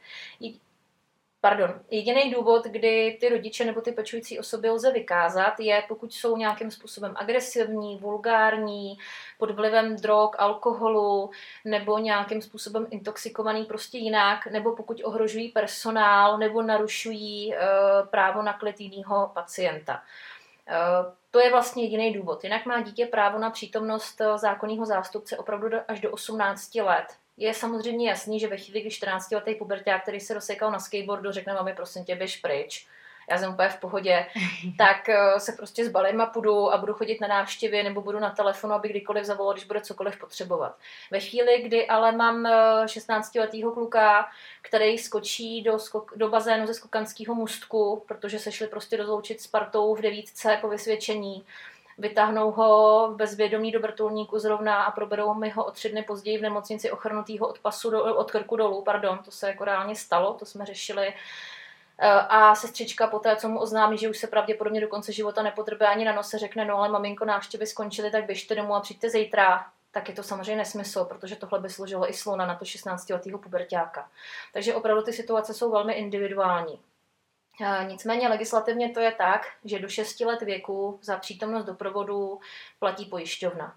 Jediný důvod, kdy ty rodiče nebo ty pečující osoby lze vykázat, je, pokud jsou nějakým způsobem agresivní, vulgární, pod vlivem drog, alkoholu nebo nějakým způsobem intoxikovaný prostě jinak, nebo pokud ohrožují personál nebo narušují právo na klid jiného pacienta. To je vlastně jediný důvod. Jinak má dítě právo na přítomnost zákonného zástupce opravdu až do 18 let. Je samozřejmě jasný, že ve chvíli, kdy 14letý puberťák, který se rozsekal na skateboardu, řekne mami, prosím tě, běž pryč. Já jsem úplně v pohodě, tak se prostě zbalím a půjdu a budu chodit na návštěvy nebo budu na telefonu, aby kdykoliv zavolal, když bude cokoliv potřebovat. Ve chvíli, kdy ale mám 16letýho kluka, který skočí do bazénu ze skokanského můstku, protože se šli prostě rozloučit s partou v 9 po vysvědčení, vytáhnou ho v bezvědomí do vrtulníku zrovna a proberou mi ho o 3 dny později v nemocnici ochrnutýho od krku dolů, to se jako reálně stalo, to jsme řešili. A sestřička poté, co mu oznámí, že už se pravděpodobně do konce života nepodrbe ani na nose, řekne, no ale maminko, návštěvy skončily, tak běžte domů a přijďte zítra. Tak je to samozřejmě nesmysl, protože tohle by složilo i slona na to 16letýho puberťáka. Takže opravdu ty situace jsou velmi individuální. Nicméně legislativně to je tak, že do 6 let věku za přítomnost doprovodu platí pojišťovna.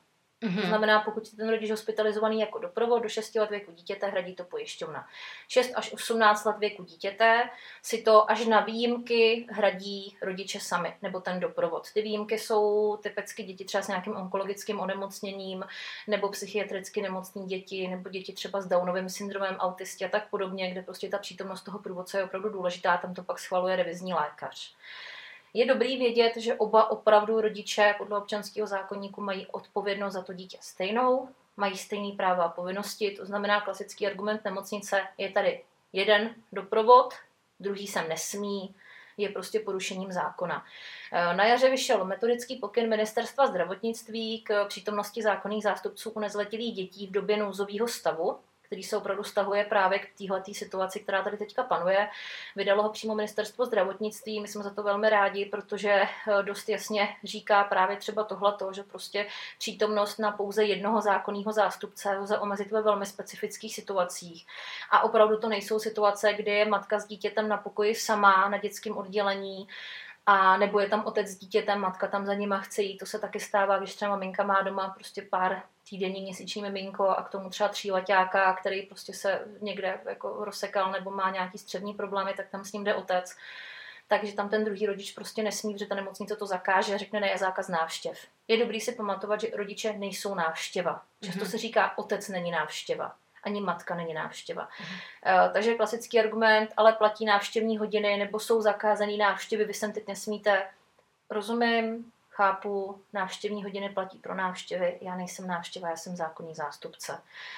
To znamená, pokud je ten rodič hospitalizovaný jako doprovod do 6 let věku dítěte, hradí to pojišťovna. 6 až 18 let věku dítěte si to až na výjimky hradí rodiče sami, nebo ten doprovod. Ty výjimky jsou typicky děti třeba s nějakým onkologickým onemocněním, nebo psychiatricky nemocní děti, nebo děti třeba s Downovým syndromem, autisti a tak podobně, kde prostě ta přítomnost toho průvodce je opravdu důležitá, tam to pak schvaluje revizní lékař. Je dobrý vědět, že oba opravdu rodiče podle občanského zákoníku mají odpovědnost za to dítě stejnou, mají stejný práva a povinnosti, to znamená klasický argument nemocnice, je tady jeden doprovod, druhý sem nesmí, je prostě porušením zákona. Na jaře vyšel metodický pokyn Ministerstva zdravotnictví k přítomnosti zákonných zástupců u nezletilých dětí v době nouzového stavu, který se opravdu stahuje právě k téhletý situaci, která tady teďka panuje. Vydalo ho přímo Ministerstvo zdravotnictví, my jsme za to velmi rádi, protože dost jasně říká právě třeba tohleto, že prostě přítomnost na pouze jednoho zákonného zástupce lze omezit ve velmi specifických situacích. A opravdu to nejsou situace, kdy je matka s dítětem na pokoji sama na dětském oddělení, a nebo je tam otec s dítětem, matka tam za nima chce jít. To se taky stává, když třeba maminka má doma prostě pár týdenní, měsíční miminko a k tomu třeba 3letáka, který prostě se někde jako rozsekal nebo má nějaký střevní problémy, tak tam s ním jde otec. Takže tam ten druhý rodič prostě nesmí, protože ta nemocnice to zakáže a řekne, ne, je zákaz návštěv. Je dobrý si pamatovat, že rodiče nejsou návštěva. Často se říká, otec není návštěva. Ani matka není návštěva. Takže klasický argument, ale platí návštěvní hodiny nebo jsou zakázané návštěvy, vy sem teď nesmíte. Rozumím, chápu, návštěvní hodiny platí pro návštěvy, já nejsem návštěva, já jsem zákonný zástupce.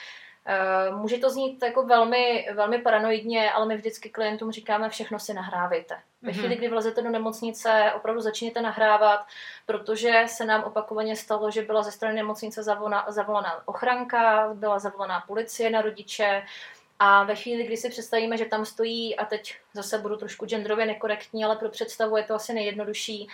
Může to znít jako velmi, velmi paranoidně, ale my vždycky klientům říkáme, všechno si nahrávejte. Ve chvíli, kdy vlezete do nemocnice, opravdu začněte nahrávat, protože se nám opakovaně stalo, že byla ze strany nemocnice zavolaná ochranka, byla zavolaná policie na rodiče a ve chvíli, kdy si představíme, že tam stojí, a teď zase budu trošku genderově nekorektní, ale pro představu je to asi nejjednodušší,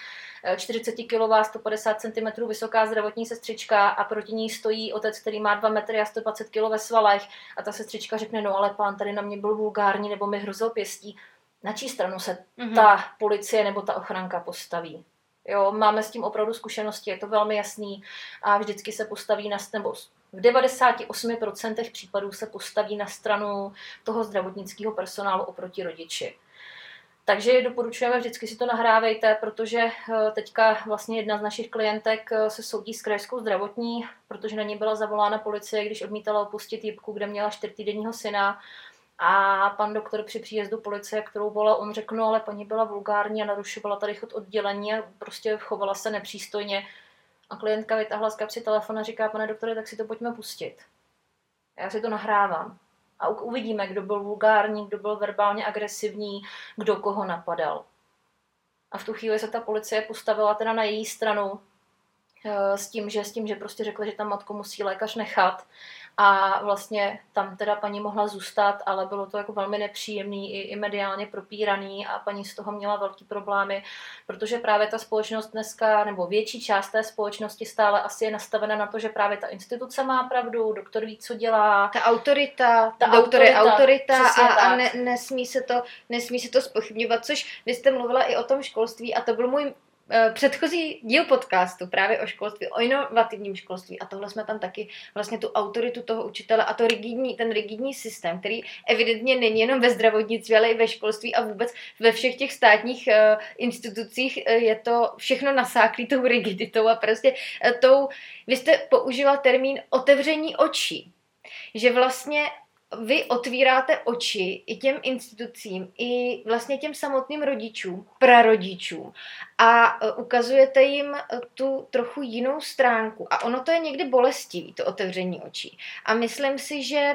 40kg, 150 cm vysoká zdravotní sestřička a proti ní stojí otec, který má 2 metry a 120 kg ve svalech a ta sestřička řekne, no ale pán tady na mě byl vulgární nebo mi hrozil pěstí. Na čí stranu se ta policie nebo ta ochranka postaví? Jo, máme s tím opravdu zkušenosti, je to velmi jasný a vždycky se postaví nebo v 98% případů se postaví na stranu toho zdravotnického personálu oproti rodiči. Takže doporučujeme, vždycky si to nahrávejte, protože teďka vlastně jedna z našich klientek se soudí s krajskou zdravotní, protože na ní byla zavolána policie, když odmítala opustit jipku, kde měla 4týdenního syna. A pan doktor při příjezdu policie, kterou volal, on řekl, no ale paní byla vulgární a narušovala tady chod oddělení a prostě chovala se nepřístojně. A klientka vytáhla z kapsy telefon a říká, pane doktore, tak si to pojďme pustit. Já si to nahrávám. A uvidíme, kdo byl vulgární, kdo byl verbálně agresivní, kdo koho napadal. A v tu chvíli se ta policie postavila teda na její stranu s tím, že prostě řekla, že tam matku musí lékař nechat. A vlastně tam teda paní mohla zůstat, ale bylo to jako velmi nepříjemný i mediálně propíraný a paní z toho měla velký problémy, protože právě ta společnost dneska, nebo větší část té společnosti stále asi je nastavena na to, že právě ta instituce má pravdu, doktor ví, co dělá. Ta autorita, doktor je autorita a nesmí se to zpochybňovat, což vy jste mluvila i o tom školství a to byl můj předchozí díl podcastu právě o školství, o inovativním školství a tohle jsme tam taky vlastně tu autoritu toho učitele a ten rigidní systém, který evidentně není jenom ve zdravotnictví, ale i ve školství a vůbec ve všech těch státních institucích je to všechno nasáklý tou rigiditou a prostě vy jste použila termín otevření očí, že vlastně vy otvíráte oči i těm institucím, i vlastně těm samotným rodičům, prarodičům a ukazujete jim tu trochu jinou stránku. A ono to je někdy bolestivý, to otevření očí. A myslím si, že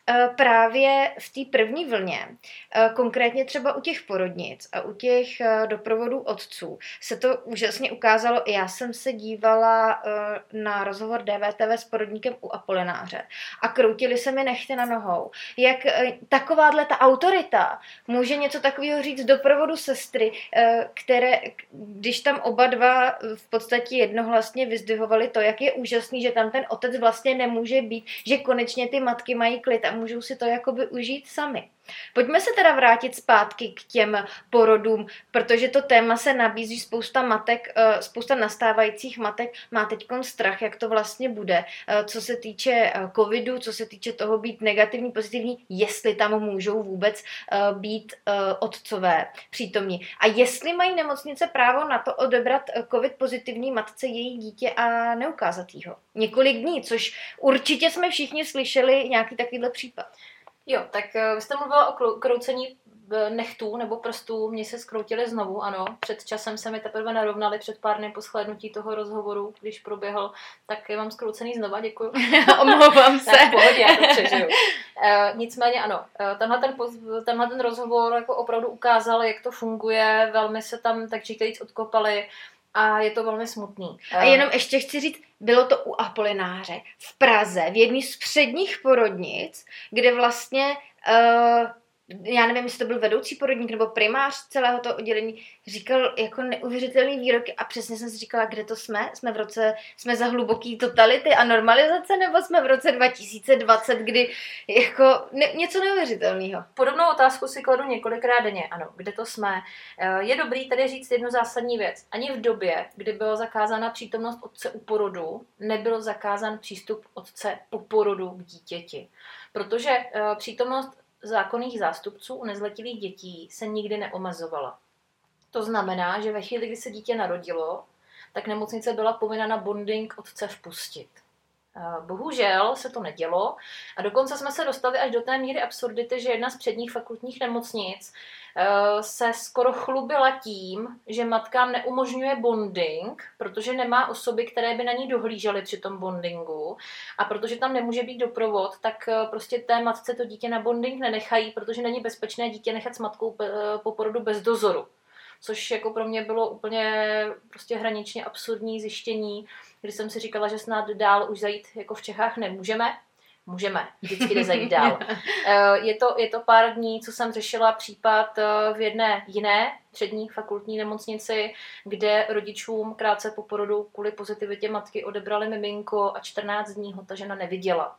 právě v té první vlně, konkrétně třeba u těch porodnic a u těch doprovodů otců, se to úžasně ukázalo. Já jsem se dívala na rozhovor DVTV s porodníkem u Apolináře a kroutili se mi nehty na nohou. Jak takováhle ta autorita může něco takového říct doprovodu sestry, které, když tam oba dva v podstatě jednohlasně vyzdvihovali to, jak je úžasný, že tam ten otec vlastně nemůže být, že konečně ty matky mají klid a můžou si to jakoby užít sami. Pojďme se teda vrátit zpátky k těm porodům, protože to téma se nabízí, spousta nastávajících matek má teďkon strach, jak to vlastně bude, co se týče covidu, co se týče toho být negativní, pozitivní, jestli tam můžou vůbec být otcové přítomní. A jestli mají nemocnice právo na to odebrat covid pozitivní matce její dítě a neukázat jí ho několik dní, což určitě jsme všichni slyšeli nějaký takovýhle případ. Jo, tak vy jste mluvila o kroucení nechtů nebo prstů, mě se skroutily znovu, ano. Před časem se mi teprve narovnali před pár dny po shlédnutí toho rozhovoru, když proběhl, tak je mám skroucený znova, děkuju. Omlouvám se. Tak v pohodě, já to přežiju. Nicméně ano, tenhle ten rozhovor jako opravdu ukázal, jak to funguje, velmi se tam tak říkajíc odkopali a je to velmi smutný. A jenom ještě chci říct, bylo to u Apolináře v Praze, v jedné z předních porodnic, kde vlastně já nevím, jestli to byl vedoucí porodník nebo primář celého toho oddělení, říkal jako neuvěřitelný výroky a přesně jsem si říkala, kde to jsme? Jsme za hluboký totality a normalizace, nebo jsme v roce 2020, kdy jako něco neuvěřitelného? Podobnou otázku si kladu několikrát denně, ano, kde to jsme. Je dobrý tady říct jednu zásadní věc. Ani v době, kdy byla zakázána přítomnost otce u porodu, nebyl zakázán přístup otce po porodu k dítěti. Protože přítomnost zákonných zástupců u nezletilých dětí se nikdy neomezovala. To znamená, že ve chvíli, kdy se dítě narodilo, tak nemocnice byla povinna na bonding otce vpustit. Bohužel se to nedělo a dokonce jsme se dostali až do té míry absurdity, že jedna z předních fakultních nemocnic se skoro chlubila tím, že matkám neumožňuje bonding, protože nemá osoby, které by na ní dohlížely při tom bondingu a protože tam nemůže být doprovod, tak prostě té matce to dítě na bonding nenechají, protože není bezpečné dítě nechat s matkou po porodu bez dozoru. Což jako pro mě bylo úplně prostě hraničně absurdní zjištění, kdy jsem si říkala, že snad dál už zajít jako v Čechách nemůžeme. Můžeme, vždycky jde zajít dál. Je to pár dní, co jsem řešila případ v jedné jiné přední fakultní nemocnici, kde rodičům krátce po porodu kvůli pozitivitě matky odebrali miminko a 14 dní ho ta žena neviděla.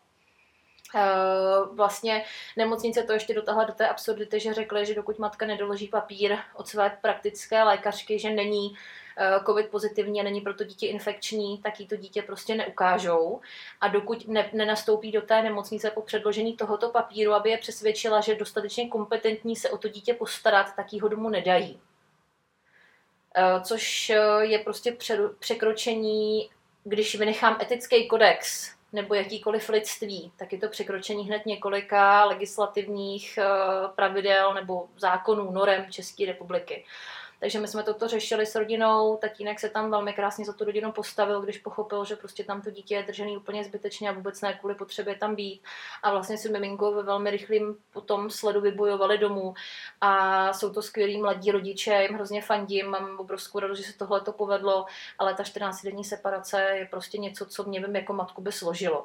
Vlastně nemocnice to ještě dotáhla do té absurdity, že řekli, že dokud matka nedoloží papír od své praktické lékařky, že není covid pozitivní a není proto dítě infekční, tak jí to dítě prostě neukážou. A dokud nenastoupí do té nemocnice po předložení tohoto papíru, aby je přesvědčila, že je dostatečně kompetentní se o to dítě postarat, tak jí ho domů nedají. Což je prostě překročení, když vynechám etický kodex nebo jakýkoliv lidství, tak je to překročení hned několika legislativních pravidel nebo zákonů, norem České republiky. Takže my jsme toto řešili s rodinou, tatínek se tam velmi krásně za tu rodinu postavil, když pochopil, že prostě tam to dítě je držený úplně zbytečně a vůbec ne kvůli potřebě tam být. A vlastně si miminko ve velmi rychlým potom sledu vybojovali domů. A jsou to skvělí mladí rodiče, jim hrozně fandím, mám obrovskou radost, že se tohle to povedlo, ale ta 14denní separace je prostě něco, co mě vím jako matku by složilo.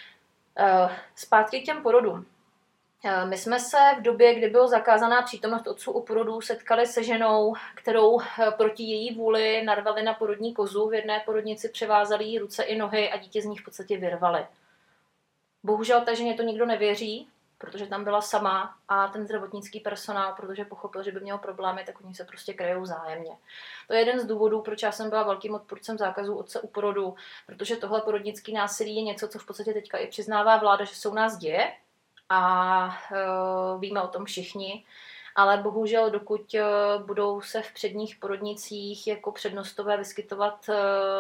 Zpátky k těm porodům. My jsme se v době, kdy byla zakázaná přítomnost otců u porodu, setkali se ženou, kterou proti její vůli narvali na porodní kozu. V jedné porodnici převázali jí ruce i nohy a dítě z nich v podstatě vyrvali. Bohužel té ženě to nikdo nevěří, protože tam byla sama a ten zdravotnický personál, protože pochopil, že by měl problémy, tak oni se prostě kryjou vzájemně. To je jeden z důvodů, proč já jsem byla velkým odpůrcem zákazu otce u porodu, protože tohle porodnické násilí je něco, co v podstatě teďka i přiznává vláda, že se u nás děje. A víme o tom všichni, ale bohužel dokud budou se v předních porodnicích jako přednostové vyskytovat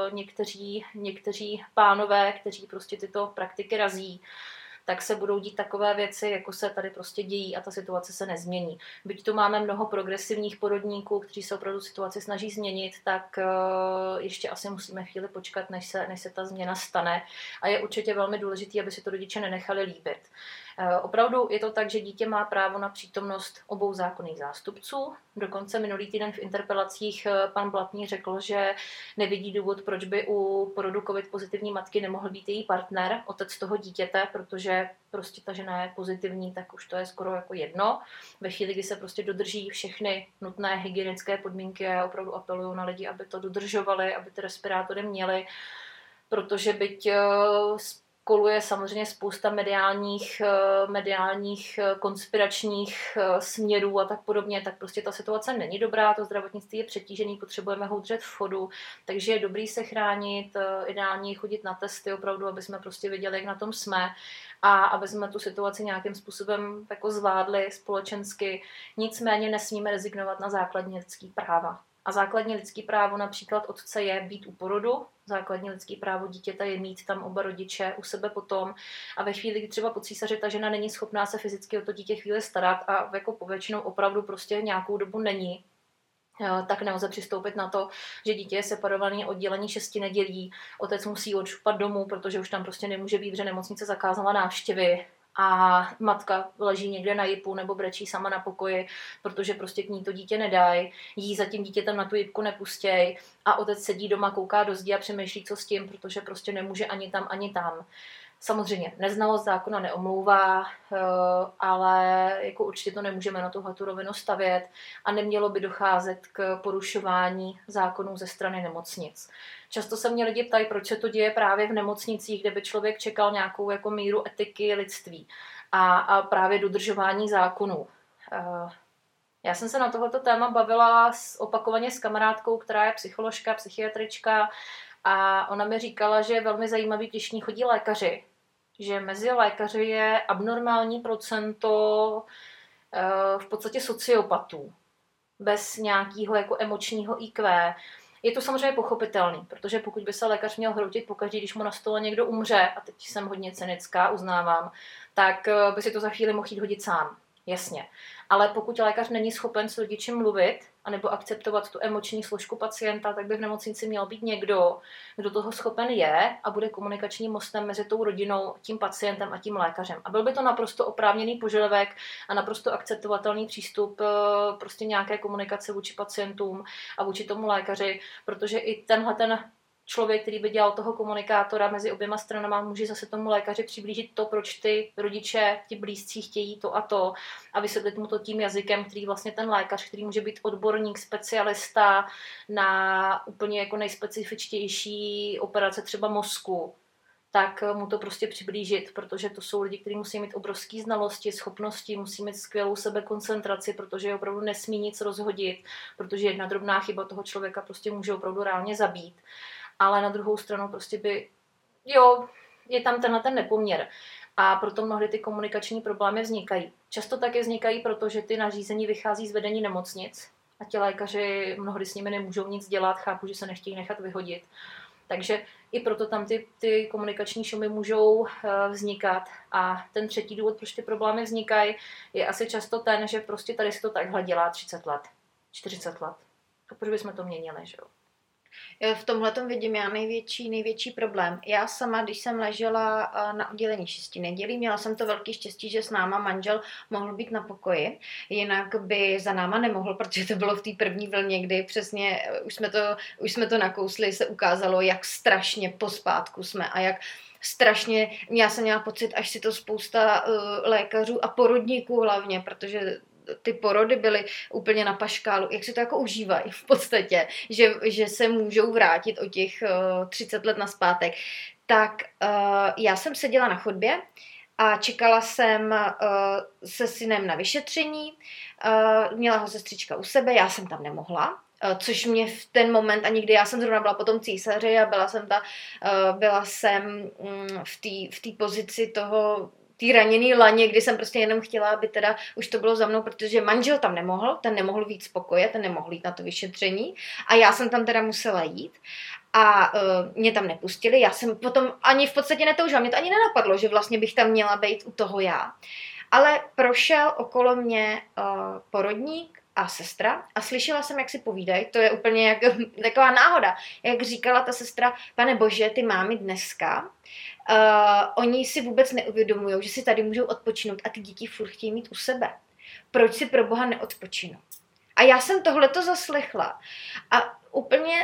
někteří pánové, kteří prostě tyto praktiky razí, tak se budou dít takové věci, jako se tady prostě dějí a ta situace se nezmění. Byť tu máme mnoho progresivních porodníků, kteří se opravdu situaci snaží změnit, tak ještě asi musíme chvíli počkat, než se ta změna stane. A je určitě velmi důležité, aby si to rodiče nenechali líbit. Opravdu je to tak, že dítě má právo na přítomnost obou zákonných zástupců. Dokonce minulý týden v interpelacích pan Blatný řekl, že nevidí důvod, proč by u porodu covid pozitivní matky nemohl být její partner, otec toho dítěte, protože prostě ta žena je pozitivní, tak už to je skoro jako jedno. Ve chvíli, kdy se prostě dodrží všechny nutné hygienické podmínky, já opravdu apeluju na lidi, aby to dodržovali, aby ty respirátory měli, protože byť koluje samozřejmě spousta mediálních konspiračních směrů a tak podobně, tak prostě ta situace není dobrá, to zdravotnictví je přetížený, potřebujeme ho udržet v chodu, takže je dobrý se chránit, ideální chodit na testy opravdu, aby jsme prostě věděli, jak na tom jsme a aby jsme tu situaci nějakým způsobem jako zvládli společensky. Nicméně nesmíme rezignovat na základní lidský práva. A základní lidský právo například otce je být u porodu, základní lidský právo dítěte je mít tam oba rodiče u sebe potom a ve chvíli, kdy třeba po císaři ta žena není schopná se fyzicky o to dítě chvíli starat a jako povětšinou opravdu prostě nějakou dobu není, tak nelze přistoupit na to, že dítě je separované oddělení 6 nedělí, otec musí odšupat domů, protože už tam prostě nemůže být, že nemocnice zakázala návštěvy a matka leží někde na jipu nebo brečí sama na pokoji, protože prostě k ní to dítě nedají, jí za tím dítětem na tu jipku nepustěj a otec sedí doma, kouká do zdi a přemýšlí, co s tím, protože prostě nemůže ani tam, ani tam. Samozřejmě neznalost zákona neomlouvá, ale jako určitě to nemůžeme na tuhletu rovinu stavět a nemělo by docházet k porušování zákonů ze strany nemocnic. Často se mě lidi ptají, proč se to děje právě v nemocnicích, kde by člověk čekal nějakou jako míru etiky lidství a právě dodržování zákonů. Já jsem se na tohleto téma bavila opakovaně s kamarádkou, která je psycholožka, psychiatrička a ona mi říkala, že je velmi zajímavý, když ní chodí lékaři, že mezi lékaři je abnormální procento v podstatě sociopatů, bez nějakého jako emočního IQ. Je to samozřejmě pochopitelný, protože pokud by se lékař měl hroutit pokaždé, když mu na stole někdo umře, a teď jsem hodně cynická, uznávám, tak by si to za chvíli mohl jít hodit sám. Jasně. Ale pokud lékař není schopen s rodičem mluvit, anebo akceptovat tu emoční složku pacienta, tak by v nemocnici měl být někdo, kdo toho schopen je a bude komunikačním mostem mezi tou rodinou, tím pacientem a tím lékařem. A byl by to naprosto oprávněný požadavek a naprosto akceptovatelný přístup prostě nějaké komunikace vůči pacientům a vůči tomu lékaři, protože i ten člověk, který by dělal toho komunikátora mezi oběma stranama, může zase tomu lékaři přiblížit to, proč ty rodiče, ti blízcí chtějí to a vysvětlit mu to tím jazykem, který vlastně ten lékař, který může být odborník, specialista na úplně jako nejspecifičtější operace třeba mozku, tak mu to prostě přiblížit, protože to jsou lidi, kteří musí mít obrovské znalosti, schopnosti, musí mít skvělou sebekoncentraci, protože je opravdu nesmí nic rozhodit, protože jedna drobná chyba toho člověka prostě může opravdu reálně zabít. Ale na druhou stranu prostě je tam ten nepoměr. A proto mnohdy ty komunikační problémy vznikají. Často také vznikají, protože ty nařízení vychází z vedení nemocnic a ti lékaři mnohdy s nimi nemůžou nic dělat, chápu, že se nechtějí nechat vyhodit. Takže i proto tam ty komunikační šumy můžou vznikat. A ten třetí důvod, proč ty problémy vznikají, je asi často ten, že prostě tady se to takhle dělá 30 let, 40 let. A proč bychom to měnili, že jo? V tomhletom vidím já největší problém. Já sama, když jsem ležela na oddělení 6 nedělí, měla jsem to velký štěstí, že s náma manžel mohl být na pokoji, jinak by za náma nemohl, protože to bylo v té první vlně, kdy přesně už jsme to nakousli, se ukázalo, jak strašně pospátku jsme a jak strašně, já jsem měla pocit, až si to spousta lékařů a porodníků hlavně, protože ty porody byly úplně na paškálu, jak si to jako užívají v podstatě, že se můžou vrátit o těch 30 let nazpátek. Tak já jsem seděla na chodbě a čekala jsem se synem na vyšetření, měla ho sestřička u sebe, já jsem tam nemohla, což mě v ten moment, a nikdy já jsem zrovna byla po tom císaři a byla jsem v té pozici toho té raněný laně, kdy jsem prostě jenom chtěla, aby teda už to bylo za mnou, protože manžel tam nemohl, ten nemohl víc spokoje, ten nemohl jít na to vyšetření a já jsem tam teda musela jít a mě tam nepustili, já jsem potom ani v podstatě netoužila, mě to ani nenapadlo, že vlastně bych tam měla být u toho já, ale prošel okolo mě porodník a sestra a slyšela jsem, jak si povídají, to je úplně jak taková náhoda, jak říkala ta sestra, pane bože, ty mámy dneska, oni si vůbec neuvědomují, že si tady můžou odpočinout a ty děti furt chtějí mít u sebe. Proč si pro boha neodpočinou? A já jsem tohleto zaslechla a úplně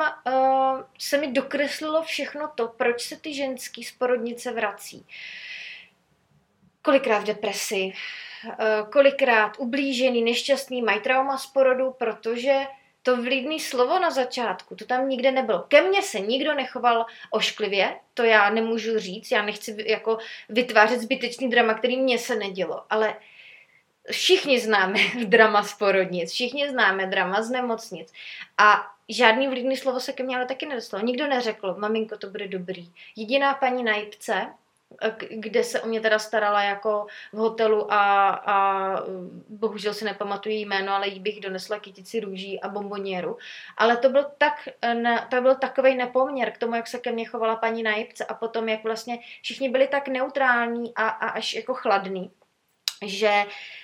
se mi dokreslilo všechno to, proč se ty ženský z porodnice vrací. Kolikrát v depresi, kolikrát ublížený, nešťastný, mají trauma z porodu, protože to vlídný slovo na začátku, to tam nikde nebylo. Ke mně se nikdo nechoval ošklivě, to já nemůžu říct, já nechci jako vytvářet zbytečný drama, který mně se nedělo, ale všichni známe drama z porodnic, všichni známe drama z nemocnic a žádný vlídný slovo se ke mně ale taky nedostalo. Nikdo neřekl, maminko, to bude dobrý. Jediná paní na Jipce, kde se o mě teda starala jako v hotelu a bohužel si nepamatuji jméno, ale jí bych donesla kytici růží a bomboněru. Ale to byl takovej nepoměr k tomu, jak se ke mně chovala paní na Jipce a potom, jak vlastně všichni byli tak neutrální a až jako chladný, že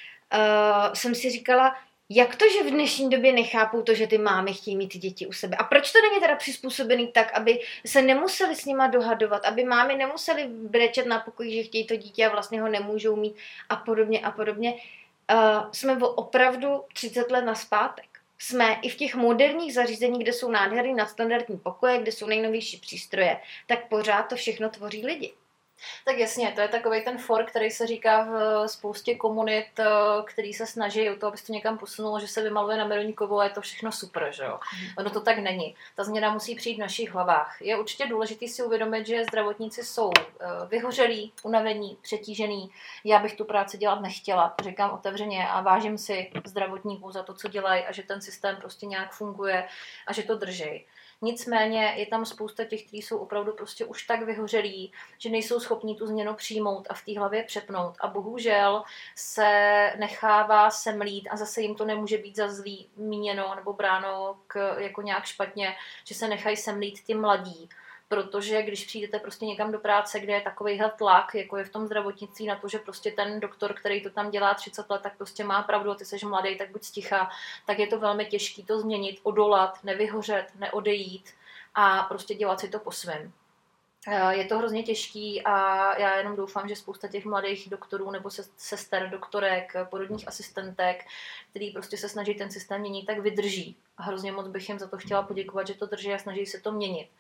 jsem si říkala, jak to, že v dnešní době nechápou to, že ty mámy chtějí mít ty děti u sebe? A proč to není teda přizpůsobený tak, aby se nemuseli s nima dohadovat, aby mámy nemuseli brečet na pokoji, že chtějí to dítě a vlastně ho nemůžou mít a podobně a podobně. Jsme opravdu 30 let nazpátek. Jsme i v těch moderních zařízeních, kde jsou nádherný nadstandardní pokoje, kde jsou nejnovější přístroje, tak pořád to všechno tvoří lidi. Tak jasně, to je takovej ten fork, který se říká v spoustě komunit, který se snaží o to, abys to někam posunulo, že se vymaluje na Meroňkovou a je to všechno super, že jo. Ono to tak není. Ta změna musí přijít v našich hlavách. Je určitě důležité si uvědomit, že zdravotníci jsou vyhořelí, unavení, přetížený. Já bych tu práci dělat nechtěla, říkám otevřeně a vážím si zdravotníků za to, co dělají a že ten systém prostě nějak funguje a že to drží. Nicméně je tam spousta těch, kteří jsou opravdu prostě už tak vyhořelí, že nejsou schopní tu změnu přijmout a v té hlavě přepnout. A bohužel se nechává semlít a zase jim to nemůže být za zlý míněno nebo bráno jako nějak špatně, že se nechají semlít ty mladí. Protože když přijdete prostě někam do práce, kde je takovejhle tlak, jako je v tom zdravotnictví na to, že prostě ten doktor, který to tam dělá 30 let, tak prostě má pravdu a ty seš mladý, tak buď sticha, tak je to velmi těžké to změnit, odolat, nevyhořet, neodejít a prostě dělat si to po svém. Je to hrozně těžký a já jenom doufám, že spousta těch mladých doktorů nebo sester, doktorek, porodních asistentek, který prostě se snaží ten systém měnit, tak vydrží. A hrozně moc bych jim za to chtěla poděkovat, že to drží a snaží se to měnit.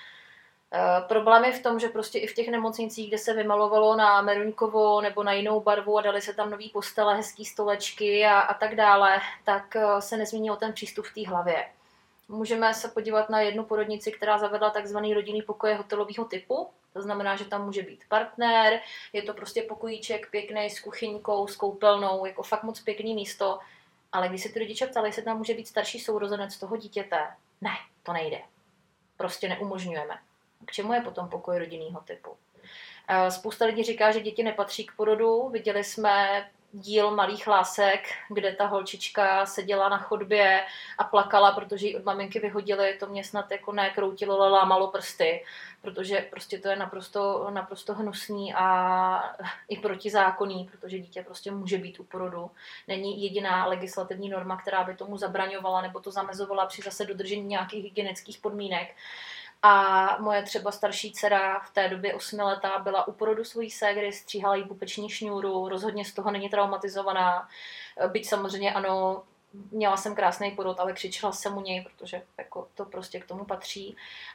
Problém je v tom, že prostě i v těch nemocnicích, kde se vymalovalo na meruňkovo nebo na jinou barvu a dali se tam nový postele, hezký stolečky a tak dále, tak se nezměnil ten přístup v té hlavě. Můžeme se podívat na jednu porodnici, která zavedla takzvaný rodinný pokoje hotelového typu. To znamená, že tam může být partner, je to prostě pokojíček pěkný s kuchyňkou, s koupelnou, jako fakt moc pěkný místo. Ale když se ty rodiče ptali, jestli tam může být starší sourozenec toho dítěte, ne, to nejde. Prostě neumožňujeme. K čemu je potom pokoj rodinného typu? Spousta lidí říká, že děti nepatří k porodu. Viděli jsme díl Malých lásek, kde ta holčička seděla na chodbě a plakala, protože ji od maminky vyhodili. To mě snad jako nekroutilo, ale lámalo prsty, protože prostě to je naprosto hnusný a i protizákonný, protože dítě prostě může být u porodu. Není jediná legislativní norma, která by tomu zabraňovala nebo to zamezovala při zase dodržení nějakých hygienických podmínek. A moje třeba starší dcera v té době 8letá byla u porodu svojí ségry, stříhala jí pupeční šňůru, rozhodně z toho není traumatizovaná. Byť samozřejmě ano, měla jsem krásný porod, ale křičela jsem u něj, protože jako to prostě k tomu patří.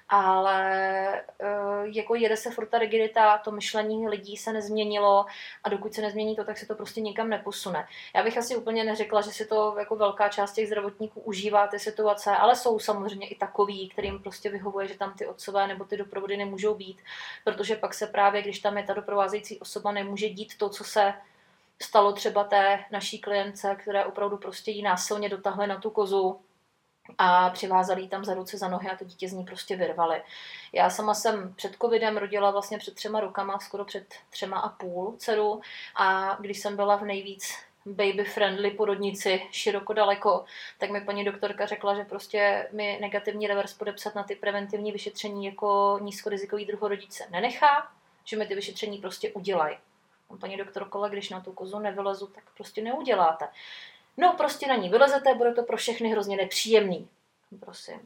Ale jako jede se furt ta rigidita, to myšlení lidí se nezměnilo a dokud se nezmění to, tak se to prostě nikam neposune. Já bych asi úplně neřekla, že si to jako velká část těch zdravotníků užívá ty situace, ale jsou samozřejmě i takový, kterým prostě vyhovuje, že tam ty otcové nebo ty doprovody nemůžou být, protože pak se právě, když tam je ta doprovázející osoba, nemůže dít to, co se stalo třeba té naší klientce, které opravdu prostě jí násilně dotáhly na tu kozu a přivázali jí tam za ruce, za nohy a to dítě z ní prostě vyrvali. Já sama jsem před covidem rodila vlastně před 3 rokama, skoro před 3,5 dceru a když jsem byla v nejvíc baby-friendly porodnici široko daleko, tak mi paní doktorka řekla, že prostě mi negativní revers podepsat na ty preventivní vyšetření jako nízkorizikový druhorodiče nenechá, že mi ty vyšetření prostě udělají. Paní doktorko, když na tu kozu nevylezu, tak prostě neuděláte. No, prostě na ní vylezete, bude to pro všechny hrozně nepříjemný. Prosím.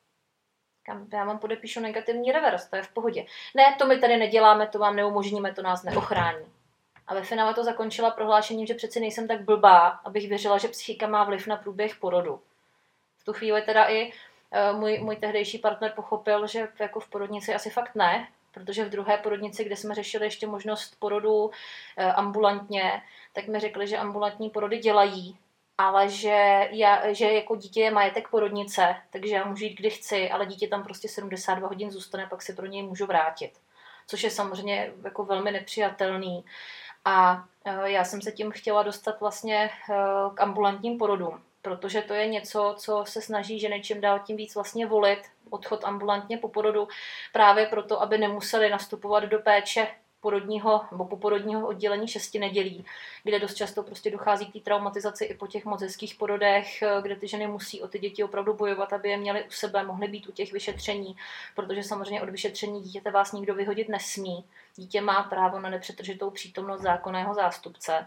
Já vám podepíšu negativní revers, to je v pohodě. Ne, to my tady neděláme, to vám neumožníme, to nás neochrání. A ve finále to zakončila prohlášením, že přeci nejsem tak blbá, abych věřila, že psychika má vliv na průběh porodu. V tu chvíli teda i můj tehdejší partner pochopil, že jako v porodnici asi fakt ne, protože v druhé porodnici, kde jsme řešili ještě možnost porodu ambulantně, tak mi řekli, že ambulantní porody dělají, ale že jako dítě je majetek porodnice, takže já můžu jít kdy chci, ale dítě tam prostě 72 hodin zůstane, pak se pro něj můžu vrátit. Což je samozřejmě jako velmi nepřijatelný. A já jsem se tím chtěla dostat vlastně k ambulantním porodům, protože to je něco, co se snaží ženy čím dál tím víc vlastně volit, odchod ambulantně po porodu, právě proto, aby nemuseli nastupovat do péče porodního nebo poporodního oddělení 6 nedělí, kde dost často prostě dochází k té traumatizaci i po těch moc hezkých porodech, kde ty ženy musí o ty děti opravdu bojovat, aby je měly u sebe, mohly být u těch vyšetření, protože samozřejmě od vyšetření dítěte vás nikdo vyhodit nesmí. Dítě má právo na nepřetržitou přítomnost zákonného zástupce.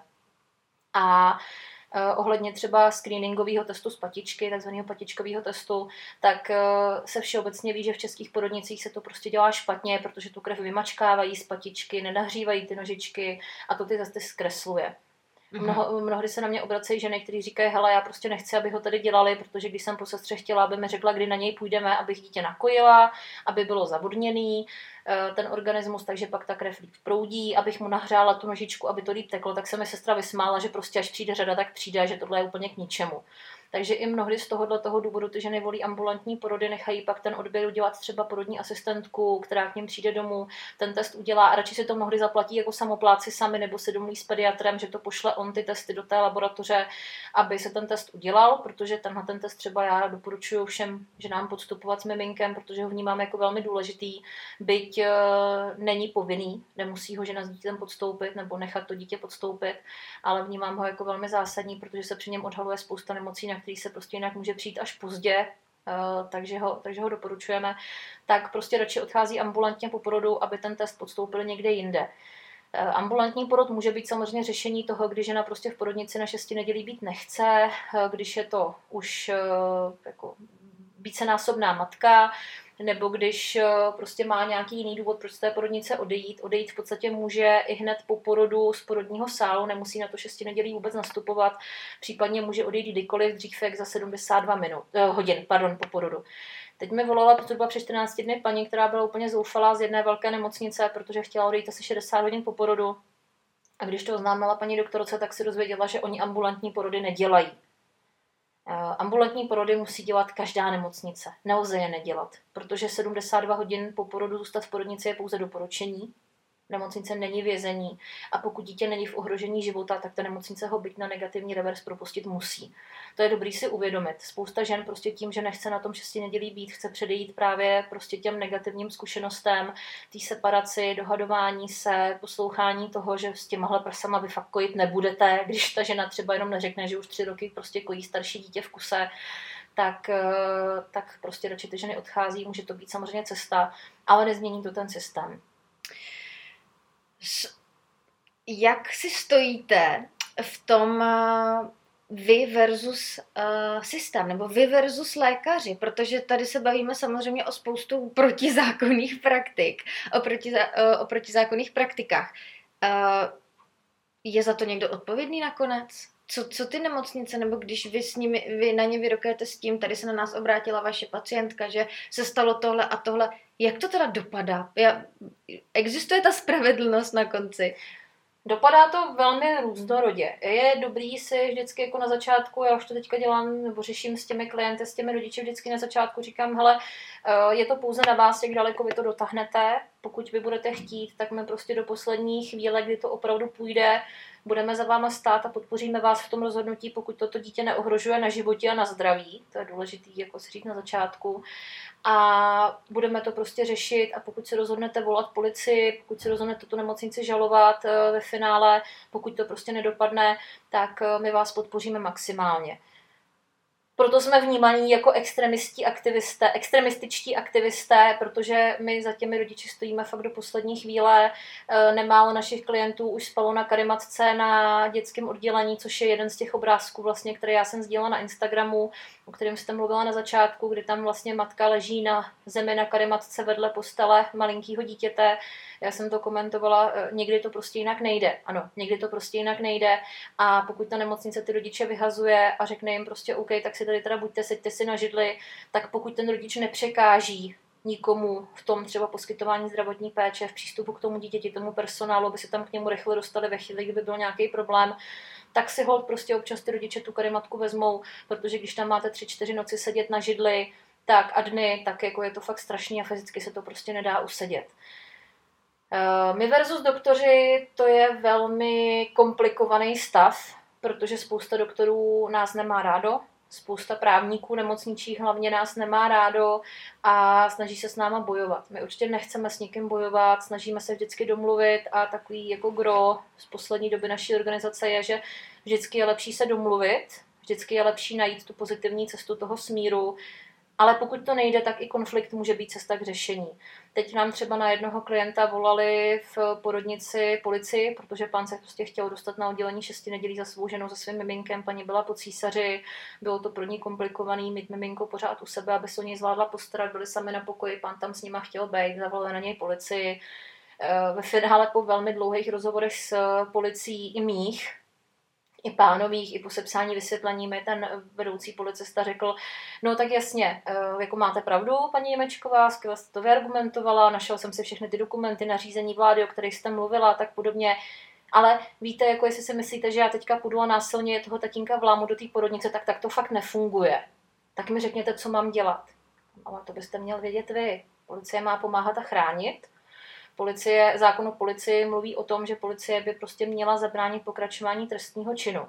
A ohledně třeba screeningového testu z patičky, takzvaného patičkového testu, tak se všeobecně ví, že v českých porodnicích se to prostě dělá špatně, protože tu krev vymačkávají z patičky, nenahřívají ty nožičky a to ty testy zkresluje. Mnohdy se na mě obracejí ženy, kteří říkají, hele, já prostě nechci, aby ho tady dělali, protože když jsem po sestře chtěla, aby mi řekla, kdy na něj půjdeme, abych dítě nakojila, aby bylo zavodněný ten organismus, takže pak ta krev líp proudí, abych mu nahřála tu nožičku, aby to líp teklo, tak se mi sestra vysmála, že prostě až přijde řada, tak přijde, že tohle je úplně k ničemu. Takže i mnohdy z toho důvodu ty ženy volí ambulantní porody, nechají pak ten odběr udělat třeba porodní asistentku, která k nim přijde domů, ten test udělá a radši si to mnohdy zaplatí jako samopláci sami nebo se domluví s pediatrem, že to pošle on ty testy do té laboratoře, aby se ten test udělal, protože ten test třeba já doporučuji všem ženám podstupovat s miminkem, protože ho vnímám jako velmi důležitý, byť není povinný, nemusí ho žena s dítětem podstoupit nebo nechat to dítě podstoupit, ale vnímám ho jako velmi zásadní, protože se při něm odhaluje spousta nemocí, na který se prostě jinak může přijít až pozdě, takže ho doporučujeme, tak prostě radši odchází ambulantně po porodu, aby ten test podstoupili někde jinde. Ambulantní porod může být samozřejmě řešení toho, když žena prostě v porodnici na 6 nedělí být nechce, když je to už jako vícenásobná matka, nebo když prostě má nějaký jiný důvod, proč z té porodnice odejít v podstatě může i hned po porodu z porodního sálu, nemusí na to 6 nedělí vůbec nastupovat, případně může odejít kdykoliv, dřív jak za 72 hodin po porodu. Teď mi volala zhruba před 14 dny paní, která byla úplně zoufalá z jedné velké nemocnice, protože chtěla odejít asi 60 hodin po porodu. A když to oznámila paní doktorce, tak si dozvěděla, že oni ambulantní porody nedělají. Ambulantní porody musí dělat každá nemocnice. Nelze je nedělat, protože 72 hodin po porodu zůstat v porodnici je pouze doporučení. Nemocnice není vězení a pokud dítě není v ohrožení života, tak ta nemocnice ho byť na negativní revers propustit musí. To je dobrý si uvědomit. Spousta žen prostě tím, že nechce na tom 6 nedělí být, chce předejít právě prostě těm negativním zkušenostem, té separaci, dohadování se, poslouchání toho, že s těmahle prsama vy fakt kojit nebudete, když ta žena třeba jenom neřekne, že už 3 roky prostě kojí starší dítě v kuse, tak prostě radši ty ženy odchází, může to být samozřejmě cesta, ale nezmění to ten systém. Jak si stojíte v tom vy versus systém, nebo vy versus lékaři, protože tady se bavíme samozřejmě o spoustu protizákonných praktik, o protizákonných praktikách. Je za to někdo odpovědný nakonec? Co ty nemocnice, nebo když vy na ně vyrokujete s tím, tady se na nás obrátila vaše pacientka, že se stalo tohle a tohle, jak to teda dopadá? Existuje ta spravedlnost na konci? Dopadá to velmi různorodě. Je dobrý si vždycky jako na začátku, já už to teďka dělám, nebo řeším s těmi klienty, s těmi rodiči vždycky na začátku, říkám, hele, je to pouze na vás, jak daleko vy to dotáhnete, pokud vy budete chtít, tak my prostě do poslední chvíle, kdy to opravdu půjde, budeme za váma stát a podpoříme vás v tom rozhodnutí, pokud toto dítě neohrožuje na životě a na zdraví, to je důležitý, jako si říct na začátku. A budeme to prostě řešit a pokud se rozhodnete volat policii, pokud se rozhodnete tu nemocnici žalovat ve finále, pokud to prostě nedopadne, tak my vás podpoříme maximálně. Proto jsme vnímaní jako extremističtí aktivisté, protože my za těmi rodiči stojíme fakt do poslední chvíle. Nemálo našich klientů už spalo na karimatce na dětském oddělení, což je jeden z těch obrázků, vlastně, které já jsem sdílela na Instagramu, o kterém jste mluvila na začátku, kdy tam vlastně matka leží na zemi na karimatce vedle postele malinkého dítěte. Já jsem to komentovala, někdy to prostě jinak nejde. Ano, někdy to prostě jinak nejde a pokud ta nemocnice ty rodiče vyhazuje a řekne jim prostě OK, tak si tady teda buďte, seďte si na židli, tak pokud ten rodič nepřekáží nikomu v tom třeba poskytování zdravotní péče, v přístupu k tomu dítěti, tomu personálu, aby se tam k němu rychle dostali ve chvíli, kdyby byl nějaký problém, tak si holt prostě občas ty rodiče tu karimatku vezmou, protože když tam máte 3-4 noci sedět na židli, tak a dny, tak jako je to fakt strašný a fyzicky se to prostě nedá usedět. My versus doktoři, to je velmi komplikovaný stav, protože spousta doktorů nás nemá rádo, spousta právníků nemocničích hlavně nás nemá rádo a snaží se s náma bojovat. My určitě nechceme s někým bojovat, snažíme se vždycky domluvit a takový jako gro z poslední doby naší organizace je, že vždycky je lepší se domluvit, vždycky je lepší najít tu pozitivní cestu toho smíru, ale pokud to nejde, tak i konflikt může být cesta k řešení. Teď nám třeba na jednoho klienta volali v porodnici policii, protože pán se prostě chtěl dostat na oddělení 6 nedělí za svou ženou, za svým miminkem, paní byla po císaři, bylo to pro ní komplikovaný, mít miminko pořád u sebe, aby se o něj zvládla postarat, byli sami na pokoji, pán tam s nima chtěl být, zavolali na něj policii. Ve finále po velmi dlouhých rozhovorech s policií i mých, i pánových, i po sepsání vysvětlení mi ten vedoucí policista řekl, no tak jasně, jako máte pravdu, paní Němečková, skvěle jste to vyargumentovala, našel jsem si všechny ty dokumenty, nařízení vlády, o kterých jste mluvila a tak podobně, ale víte, jako jestli si myslíte, že já teďka půjdu a násilně toho tatínka vlámu do té porodnice, tak to fakt nefunguje. Tak mi řekněte, co mám dělat. Ale to byste měl vědět vy. Policie má pomáhat a chránit. Zákon o policii mluví o tom, že policie by prostě měla zabránit pokračování trestního činu.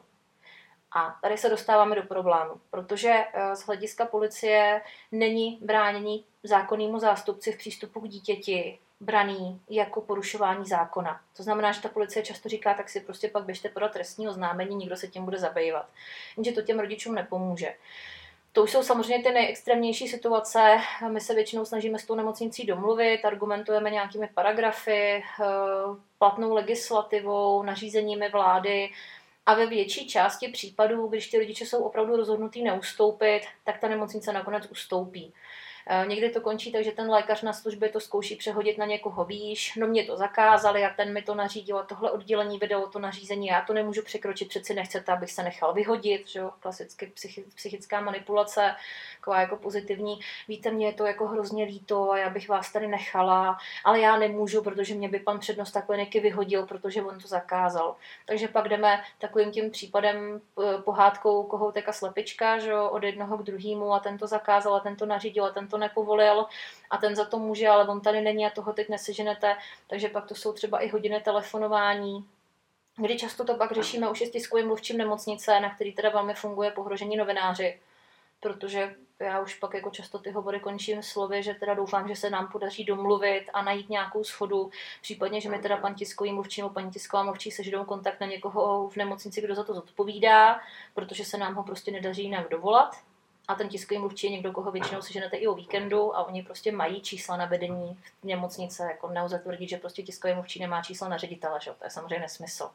A tady se dostáváme do problému, protože z hlediska policie není bránění zákonnému zástupci v přístupu k dítěti braný jako porušování zákona. To znamená, že ta policie často říká, tak si prostě pak běžte podat trestní oznámení, nikdo se tím bude zabývat. Jenže to těm rodičům nepomůže. To už jsou samozřejmě ty nejextrémnější situace. My se většinou snažíme s tou nemocnicí domluvit, argumentujeme nějakými paragrafy, platnou legislativou, nařízeními vlády a ve větší části případů, když ty rodiče jsou opravdu rozhodnutí neustoupit, tak ta nemocnice nakonec ustoupí. Někdy to končí tak, že ten lékař na službě to zkouší přehodit na někoho výš, no mě to zakázali a ten mi to nařídil a tohle oddělení vydalo to nařízení, já to nemůžu překročit, přeci nechcete, abych se nechal vyhodit, že jo? Klasicky psychická manipulace, taková jako pozitivní, víte, mě je to jako hrozně líto a já bych vás tady nechala, ale já nemůžu, protože mě by pan přednosta kliniky vyhodil, protože on to zakázal. Takže pak jdeme takovým tím případem pohádkou kohoutek a slepička, že jo? Od jednoho k druhému a ten to zakázal a ten to nařídil a ten to nepovolil a ten za to může, ale on tady není a toho teď neseženete, takže pak to jsou třeba i hodiny telefonování, kdy často to pak řešíme už i s tiskovým mluvčím nemocnice, na který teda velmi funguje pohrožení novináři, protože já už pak jako často ty hovory končím slovy, že teda doufám, že se nám podaří domluvit a najít nějakou shodu, případně, že mi teda pan tiskový mluvčí nebo paní tisková mluvčí seždou kontakt na někoho v nemocnici, kdo za to zodpovídá, protože se nám ho prostě nedaří jinak dovolat. A ten tiskový mluvčí je někdo, koho většinou seženete i o víkendu a oni prostě mají čísla na vedení v nemocnice. Jako nelze tvrdit, že prostě tiskový mluvčí nemá čísla na ředitele, že? To je samozřejmě nesmysl.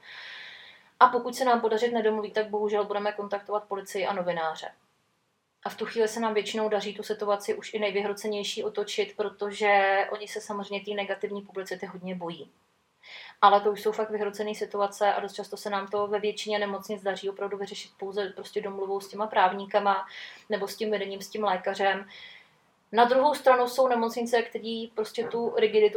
A pokud se nám podařit nedomluví, tak bohužel budeme kontaktovat policii a novináře. A v tu chvíli se nám většinou daří tu situaci už i nejvyhrocenější otočit, protože oni se samozřejmě té negativní publicity hodně bojí. Ale to už jsou fakt vyhrocené situace a dost často se nám to ve většině nemocnic daří opravdu vyřešit pouze prostě domluvou s těma právníkama nebo s tím vedením, s tím lékařem. Na druhou stranu jsou nemocnice, které prostě tu rigiditu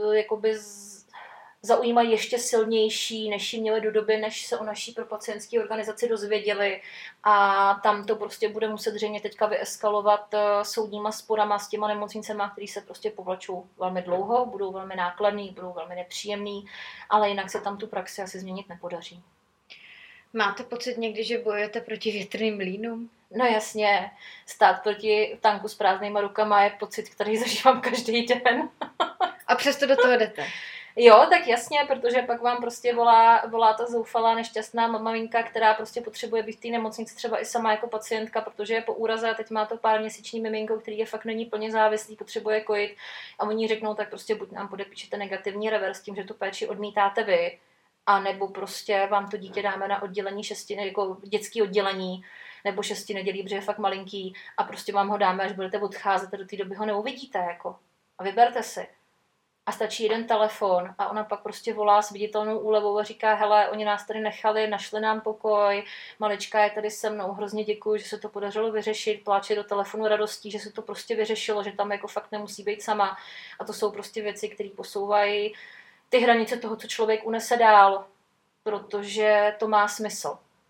zaujímají ještě silnější, než ji měli do doby, než se o naší propacientské organizaci dozvěděli. A tam to prostě bude muset zřejmě teďka vyeskalovat soudníma sporama s těma nemocnicema, které se prostě povlačou velmi dlouho, budou velmi nákladný, budou velmi nepříjemný, ale jinak se tam tu praxi asi změnit nepodaří. Máte pocit někdy, že bojujete proti větrným mlýnům? No jasně, stát proti tanku s prázdnýma rukama je pocit, který zažívám každý den. A přesto do toho jdete? Jo, tak jasně, protože pak vám prostě volá ta zoufalá, nešťastná maminka, která prostě potřebuje být v té nemocnici třeba i sama jako pacientka, protože je po úraze a teď má to párměsíční miminko, který je fakt není plně závislý, potřebuje kojit a oni řeknou, tak prostě buď nám podepíšete negativní revers tím, že tu péči odmítáte vy, a nebo prostě vám to dítě dáme na oddělení jako dětské oddělení, nebo 6 nedělí, protože je fakt malinký a prostě vám ho dáme, až budete odcházet a do té doby ho neuvidíte, jako. A vyberte si. A stačí jeden telefon a ona pak prostě volá s viditelnou úlevou a říká, hele, oni nás tady nechali, našli nám pokoj, malička je tady se mnou, hrozně děkuju, že se to podařilo vyřešit, pláče do telefonu radostí, že se to prostě vyřešilo, že tam jako fakt nemusí být sama. A to jsou prostě věci, které posouvají ty hranice toho, co člověk unese dál, protože to má smysl.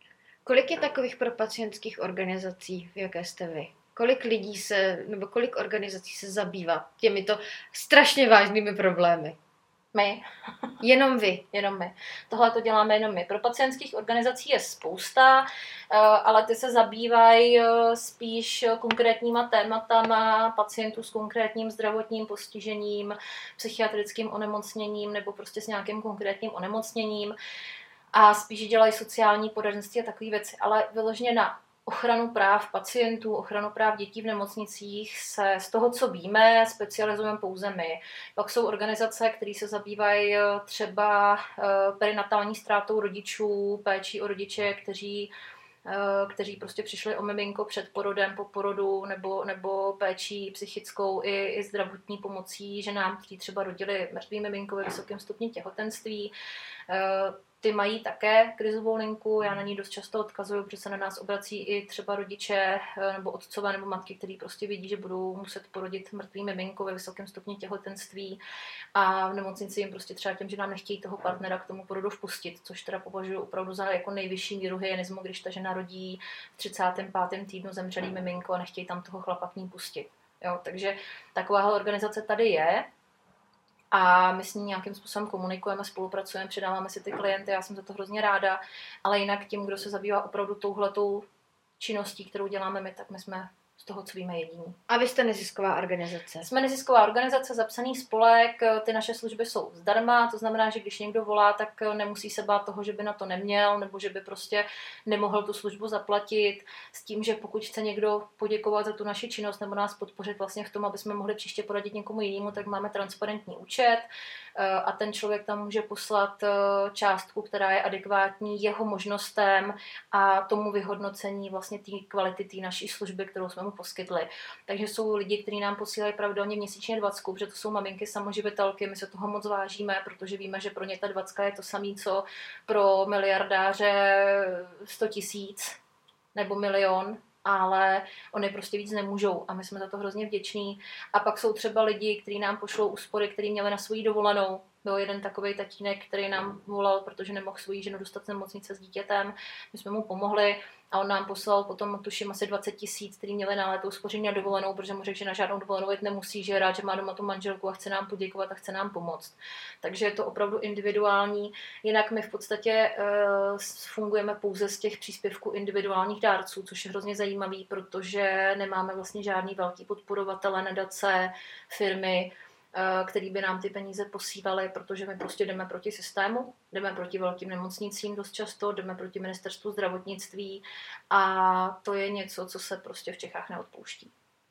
Kolik je takových propacientských organizací, v jaké jste vy? Kolik lidí nebo kolik organizací se zabývá těmito strašně vážnými problémy? My. Jenom vy. Jenom my. Tohle to děláme jenom my. Pro pacientských organizací je spousta, ale ty se zabývají spíš konkrétníma tématama pacientů s konkrétním zdravotním postižením, psychiatrickým onemocněním nebo prostě s nějakým konkrétním onemocněním a spíš dělají sociální poradenství a takové věci, ale vyloženě na ochranu práv pacientů, ochranu práv dětí v nemocnicích se z toho, co víme, specializujeme pouze my. Pak jsou organizace, které se zabývají třeba perinatální ztrátou rodičů, péčí o rodiče, kteří prostě přišli o miminko před porodem, po porodu, nebo péčí psychickou i zdravotní pomocí ženám, kteří třeba rodili mrtvý miminko ve vysokém stupni těhotenství. Ty mají také krizovou linku, já na ní dost často odkazuju, protože se na nás obrací i třeba rodiče nebo otcové nebo matky, kteří prostě vidí, že budou muset porodit mrtvý miminko ve vysokém stupni těhotenství a v nemocnici jim prostě třeba těm, že nám nechtějí toho partnera k tomu porodu vpustit, což teda považuji opravdu za jako nejvyšší míru hyenismu, když ta žena rodí v 35. týdnu zemřelý miminko a nechtějí tam toho chlapa k ní pustit. Jo, takže taková organizace tady je. A my s ní nějakým způsobem komunikujeme, spolupracujeme, předáváme si ty klienty, já jsem za to hrozně ráda, ale jinak tím, kdo se zabývá opravdu touhletou činností, kterou děláme my, tak my jsme z toho, co víme, jediní. A vy jste nezisková organizace? Jsme nezisková organizace, zapsaný spolek, ty naše služby jsou zdarma, to znamená, že když někdo volá, tak nemusí se bát toho, že by na to neměl, nebo že by prostě nemohl tu službu zaplatit, s tím, že pokud chce někdo poděkovat za tu naši činnost nebo nás podpořit vlastně v tom, aby jsme mohli příště poradit někomu jinému, tak máme transparentní účet a ten člověk tam může poslat částku, která je adekvátní jeho možnostem a tomu vyhodnocení vlastně té kvality té naší služby, kterou jsme mu poskytli. Takže jsou lidi, kteří nám posílají pravidelně měsíčně 20, protože to jsou maminky samoživitelky, my se toho moc vážíme, protože víme, že pro ně ta 20 je to samé, co pro miliardáře 100 000 nebo milion, ale oni prostě víc nemůžou a my jsme za to hrozně vděční. A pak jsou třeba lidi, kteří nám pošlou úspory, který měli na svoji dovolenou. Byl jeden takovej tatínek, který nám volal, protože nemohl svoji ženu dostat z nemocnice s dítětem. My jsme mu pomohli a on nám poslal potom, tuším, asi 20 000, který měli na léto uspoření na dovolenou, protože mu řekl, že na žádnou dovolenou jít nemusí, že je rád, že má doma tu manželku a chce nám poděkovat a chce nám pomoct. Takže je to opravdu individuální. Jinak my v podstatě fungujeme pouze z těch příspěvků individuálních dárců, což je hrozně zajímavý, protože nemáme vlastně žádný velký podporovatele, nadace, firmy, který by nám ty peníze posílali, protože my prostě jdeme proti systému, jdeme proti velkým nemocnicím dost často, jdeme proti ministerstvu zdravotnictví a to je něco, co se prostě v Čechách neodpouští.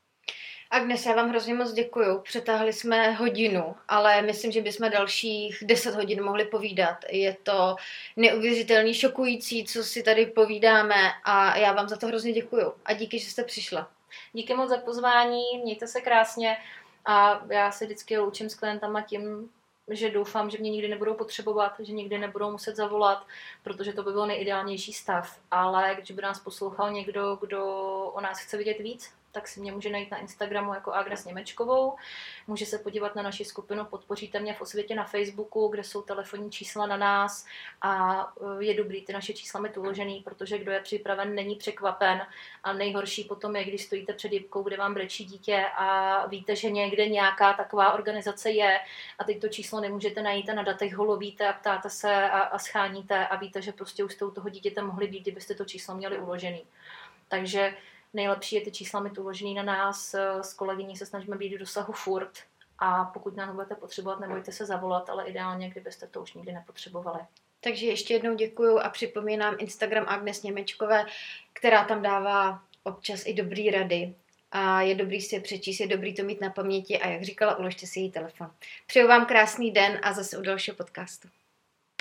Agnes, já vám hrozně moc děkuju. Přetáhli jsme hodinu, ale myslím, že bychom dalších 10 hodin mohli povídat. Je to neuvěřitelný, šokující, co si tady povídáme a já vám za to hrozně děkuju. A díky, že jste přišla. Díky moc za pozvání, mějte se krásně. A já se vždycky loučím s klientama tím, že doufám, že mě nikdy nebudou potřebovat, že nikdy nebudou muset zavolat, protože to by byl nejideálnější stav. Ale když by nás poslouchal někdo, kdo o nás chce vidět víc, tak si mě může najít na Instagramu jako Agnes Němečkovou. Může se podívat na naši skupinu Podpoříte mě v Osvětě na Facebooku, kde jsou telefonní čísla na nás a je dobrý ty naše čísla mít uložený, protože kdo je připraven, není překvapen. A nejhorší potom je, když stojíte před jipkou, kde vám brečí dítě a víte, že někde nějaká taková organizace je a teď to číslo nemůžete najít a na datech ho lovíte a ptáte se a scháníte a víte, že prostě už jste u toho dítěte mohli být, kdybyste to číslo měli uložený. Takže nejlepší je ty čísla mít uložený na nás, s kolegyní se snažíme být v dosahu furt a pokud nám budete potřebovat, nebojte se zavolat, ale ideálně, kdybyste to už nikdy nepotřebovali. Takže ještě jednou děkuju a připomínám Instagram Agnes Němečkové, která tam dává občas i dobrý rady a je dobrý si je přečíst, je dobrý to mít na paměti a jak říkala, uložte si její telefon. Přeju vám krásný den a zase u dalšího podcastu.